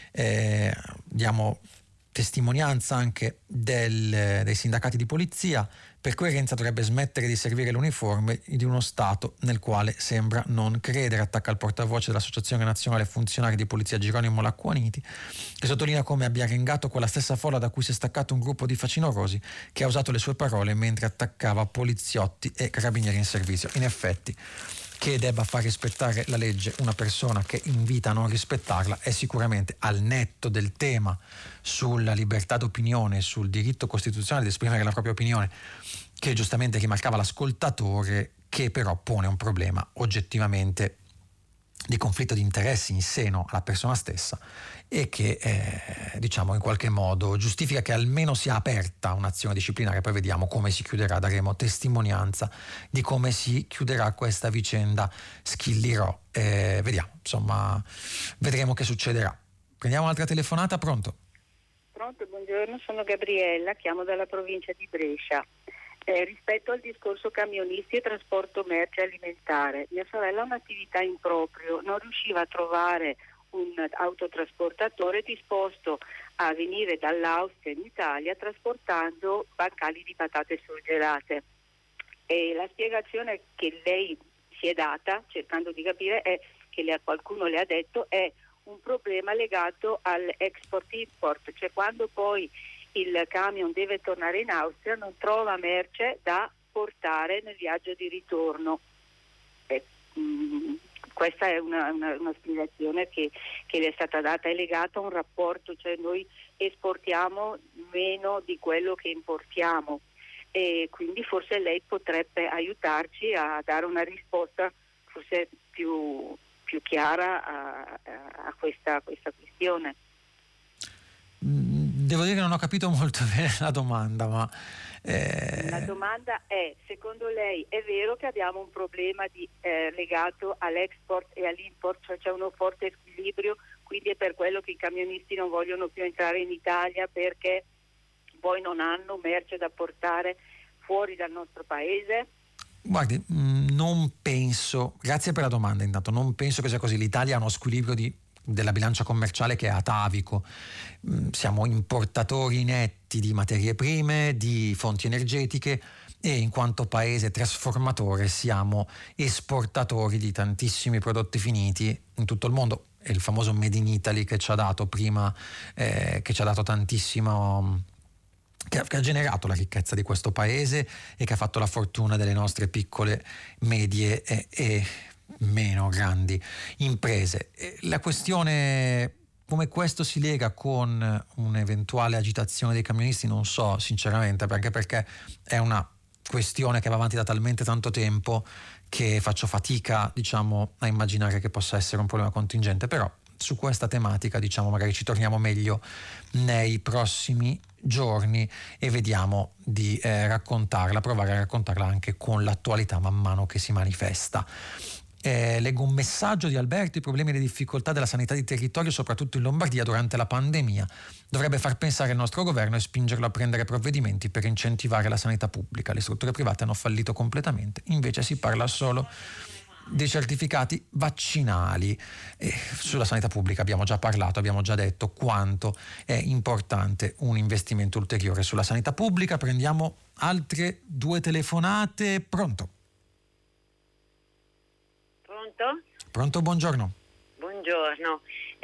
Diamo testimonianza anche dei sindacati di polizia. Per coerenza dovrebbe smettere di servire l'uniforme di uno Stato nel quale sembra non credere, attacca il portavoce dell'Associazione Nazionale Funzionari di Polizia Geronimo Lacquaniti, che sottolinea come abbia arengato quella stessa folla da cui si è staccato un gruppo di facinorosi che ha usato le sue parole mentre attaccava poliziotti e carabinieri in servizio. In effetti, che debba far rispettare la legge una persona che invita a non rispettarla è sicuramente, al netto del tema sulla libertà d'opinione, sul diritto costituzionale di esprimere la propria opinione, che giustamente rimarcava l'ascoltatore, che però pone un problema oggettivamente di conflitto di interessi in seno alla persona stessa e che diciamo in qualche modo giustifica che almeno sia aperta un'azione disciplinare. Poi vediamo come si chiuderà, daremo testimonianza di come si chiuderà questa vicenda Schillirò. Vediamo, insomma, vedremo che succederà. Prendiamo un'altra telefonata. Pronto? Pronto, buongiorno, sono Gabriella, chiamo dalla provincia di Brescia. Rispetto al discorso camionisti e trasporto merci alimentare, mia sorella ha un'attività in proprio, non riusciva a trovare un autotrasportatore disposto a venire dall'Austria in Italia trasportando bancali di patate surgelate. E la spiegazione che lei si è data, cercando di capire, è che qualcuno le ha detto, è un problema legato all'export-import, cioè quando poi il camion deve tornare in Austria non trova merce da portare nel viaggio di ritorno. questa è una spiegazione che le è stata data, è legata a un rapporto, cioè noi esportiamo meno di quello che importiamo e quindi forse lei potrebbe aiutarci a dare una risposta forse più chiara a questa questione. Devo dire che non ho capito molto bene la domanda, ma la domanda è: secondo lei è vero che abbiamo un problema legato all'export e all'import, cioè c'è uno forte squilibrio, quindi è per quello che i camionisti non vogliono più entrare in Italia perché poi non hanno merce da portare fuori dal nostro paese? Guardi, non penso, grazie per la domanda intanto, non penso che sia così. L'Italia ha uno squilibrio della bilancia commerciale che è atavico. Siamo importatori netti di materie prime, di fonti energetiche e in quanto paese trasformatore siamo esportatori di tantissimi prodotti finiti in tutto il mondo. È il famoso Made in Italy che ci ha dato prima, che ci ha dato tantissimo, che ha generato la ricchezza di questo paese e che ha fatto la fortuna delle nostre piccole, medie e meno grandi imprese. La questione come questo si lega con un'eventuale agitazione dei camionisti non so sinceramente, anche perché è una questione che va avanti da talmente tanto tempo che faccio fatica, diciamo, a immaginare che possa essere un problema contingente, però su questa tematica, diciamo, magari ci torniamo meglio nei prossimi giorni e vediamo di provare a raccontarla anche con l'attualità man mano che si manifesta. Leggo un messaggio di Alberto: i problemi e le difficoltà della sanità di territorio, soprattutto in Lombardia durante la pandemia, dovrebbe far pensare il nostro governo e spingerlo a prendere provvedimenti per incentivare la sanità pubblica. Le strutture private hanno fallito completamente, invece si parla solo dei certificati vaccinali. Sulla sanità pubblica abbiamo già parlato, abbiamo già detto quanto è importante un investimento ulteriore sulla sanità pubblica. Prendiamo altre 2 telefonate. Pronto? Pronto, buongiorno. Buongiorno.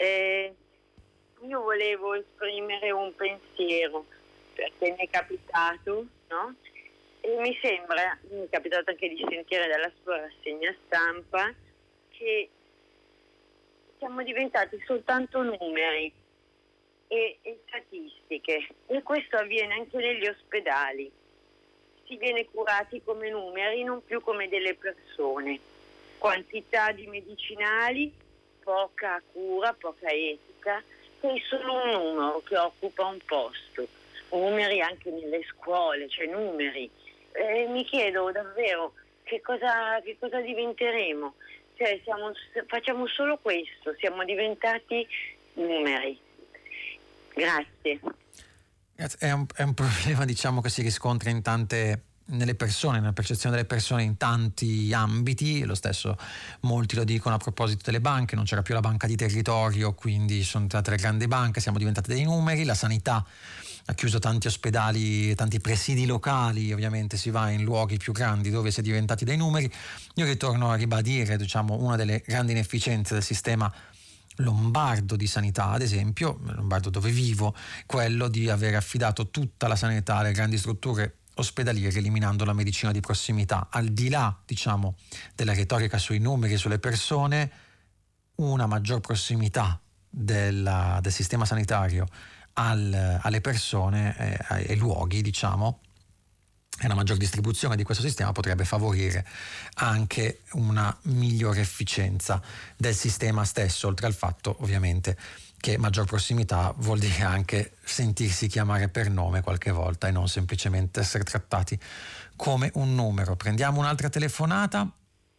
Io volevo esprimere un pensiero perché mi è capitato, no? E mi è capitato anche di sentire dalla sua rassegna stampa che siamo diventati soltanto numeri e statistiche, e questo avviene anche negli ospedali. Si viene curati come numeri, non più come delle persone. Quantità di medicinali, poca cura, poca etica, sei solo un numero che occupa un posto. Numeri anche nelle scuole, cioè numeri. Mi chiedo davvero che cosa diventeremo. Cioè facciamo solo questo, siamo diventati numeri. Grazie. È un problema, diciamo, che si riscontra nelle persone, nella percezione delle persone in tanti ambiti. Lo stesso molti lo dicono a proposito delle banche: non c'era più la banca di territorio, quindi sono entrate le grandi banche, siamo diventati dei numeri. La sanità ha chiuso tanti ospedali, tanti presidi locali, ovviamente si va in luoghi più grandi dove si è diventati dei numeri. Io ritorno a ribadire, diciamo, una delle grandi inefficienze del sistema lombardo di sanità, ad esempio, lombardo dove vivo, quello di aver affidato tutta la sanità alle grandi strutture ospedaliere, eliminando la medicina di prossimità. Al di là, diciamo, della retorica sui numeri e sulle persone, una maggior prossimità del sistema sanitario alle persone, ai luoghi, diciamo, e una maggior distribuzione di questo sistema potrebbe favorire anche una migliore efficienza del sistema stesso, oltre al fatto, ovviamente, che maggior prossimità vuol dire anche sentirsi chiamare per nome qualche volta e non semplicemente essere trattati come un numero. Prendiamo un'altra telefonata.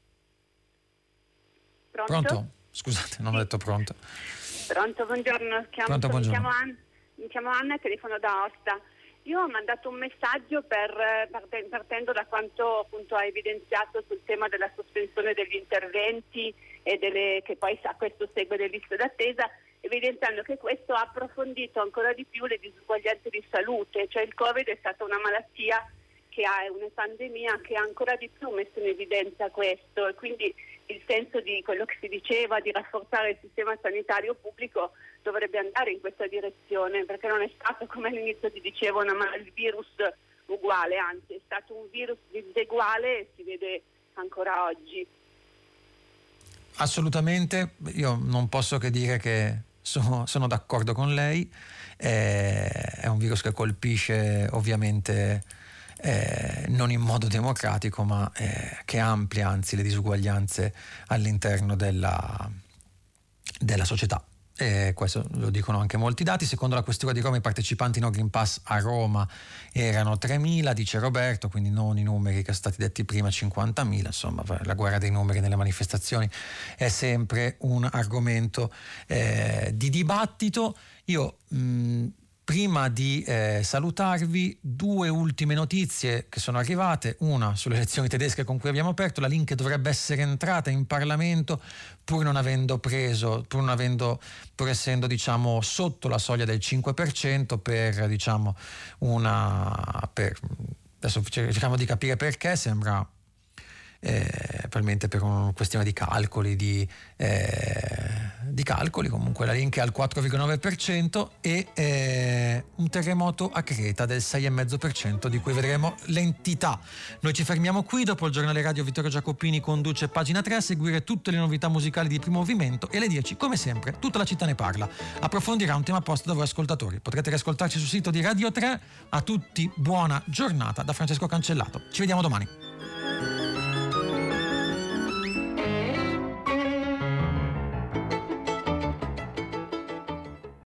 Pronto? Scusate, non ho detto pronto. Pronto, buongiorno. Buongiorno. Mi chiamo Anna e telefono da Aosta. Io ho mandato un messaggio partendo da quanto appunto ha evidenziato sul tema della sospensione degli interventi e che poi a questo segue le liste d'attesa, evidenziando che questo ha approfondito ancora di più le disuguaglianze di salute, cioè il Covid è stata una malattia che ha una pandemia che ha ancora di più messo in evidenza questo, e quindi il senso di quello che si diceva di rafforzare il sistema sanitario pubblico dovrebbe andare in questa direzione, perché non è stato, come all'inizio ti dicevo, il virus uguale, anzi è stato un virus diseguale e si vede ancora oggi. Assolutamente, io non posso che dire che sono d'accordo con lei. È un virus che colpisce ovviamente non in modo democratico, ma che amplia anzi le disuguaglianze all'interno della società. Questo lo dicono anche molti dati. Secondo la Questura di Roma i partecipanti no Green Pass a Roma erano 3.000, dice Roberto, quindi non i numeri che sono stati detti prima, 50.000. Insomma, la guerra dei numeri nelle manifestazioni è sempre un argomento di dibattito. Io prima di salutarvi, 2 ultime notizie che sono arrivate, una sulle elezioni tedesche con cui abbiamo aperto. La Linke dovrebbe essere entrata in Parlamento pur essendo diciamo sotto la soglia del 5% per diciamo adesso cerchiamo di capire perché, sembra probabilmente per una questione di calcoli comunque la Linke è al 4,9% e un terremoto a Creta del 6,5% di cui vedremo l'entità. Noi ci fermiamo qui. Dopo il giornale radio Vittorio Giacopini conduce Pagina 3, a seguire tutte le novità musicali di Primo Movimento, e alle 10 come sempre Tutta la città ne parla approfondirà un tema posto da voi ascoltatori. Potrete riascoltarci sul sito di Radio 3. A tutti buona giornata da Francesco Cancellato, ci vediamo domani.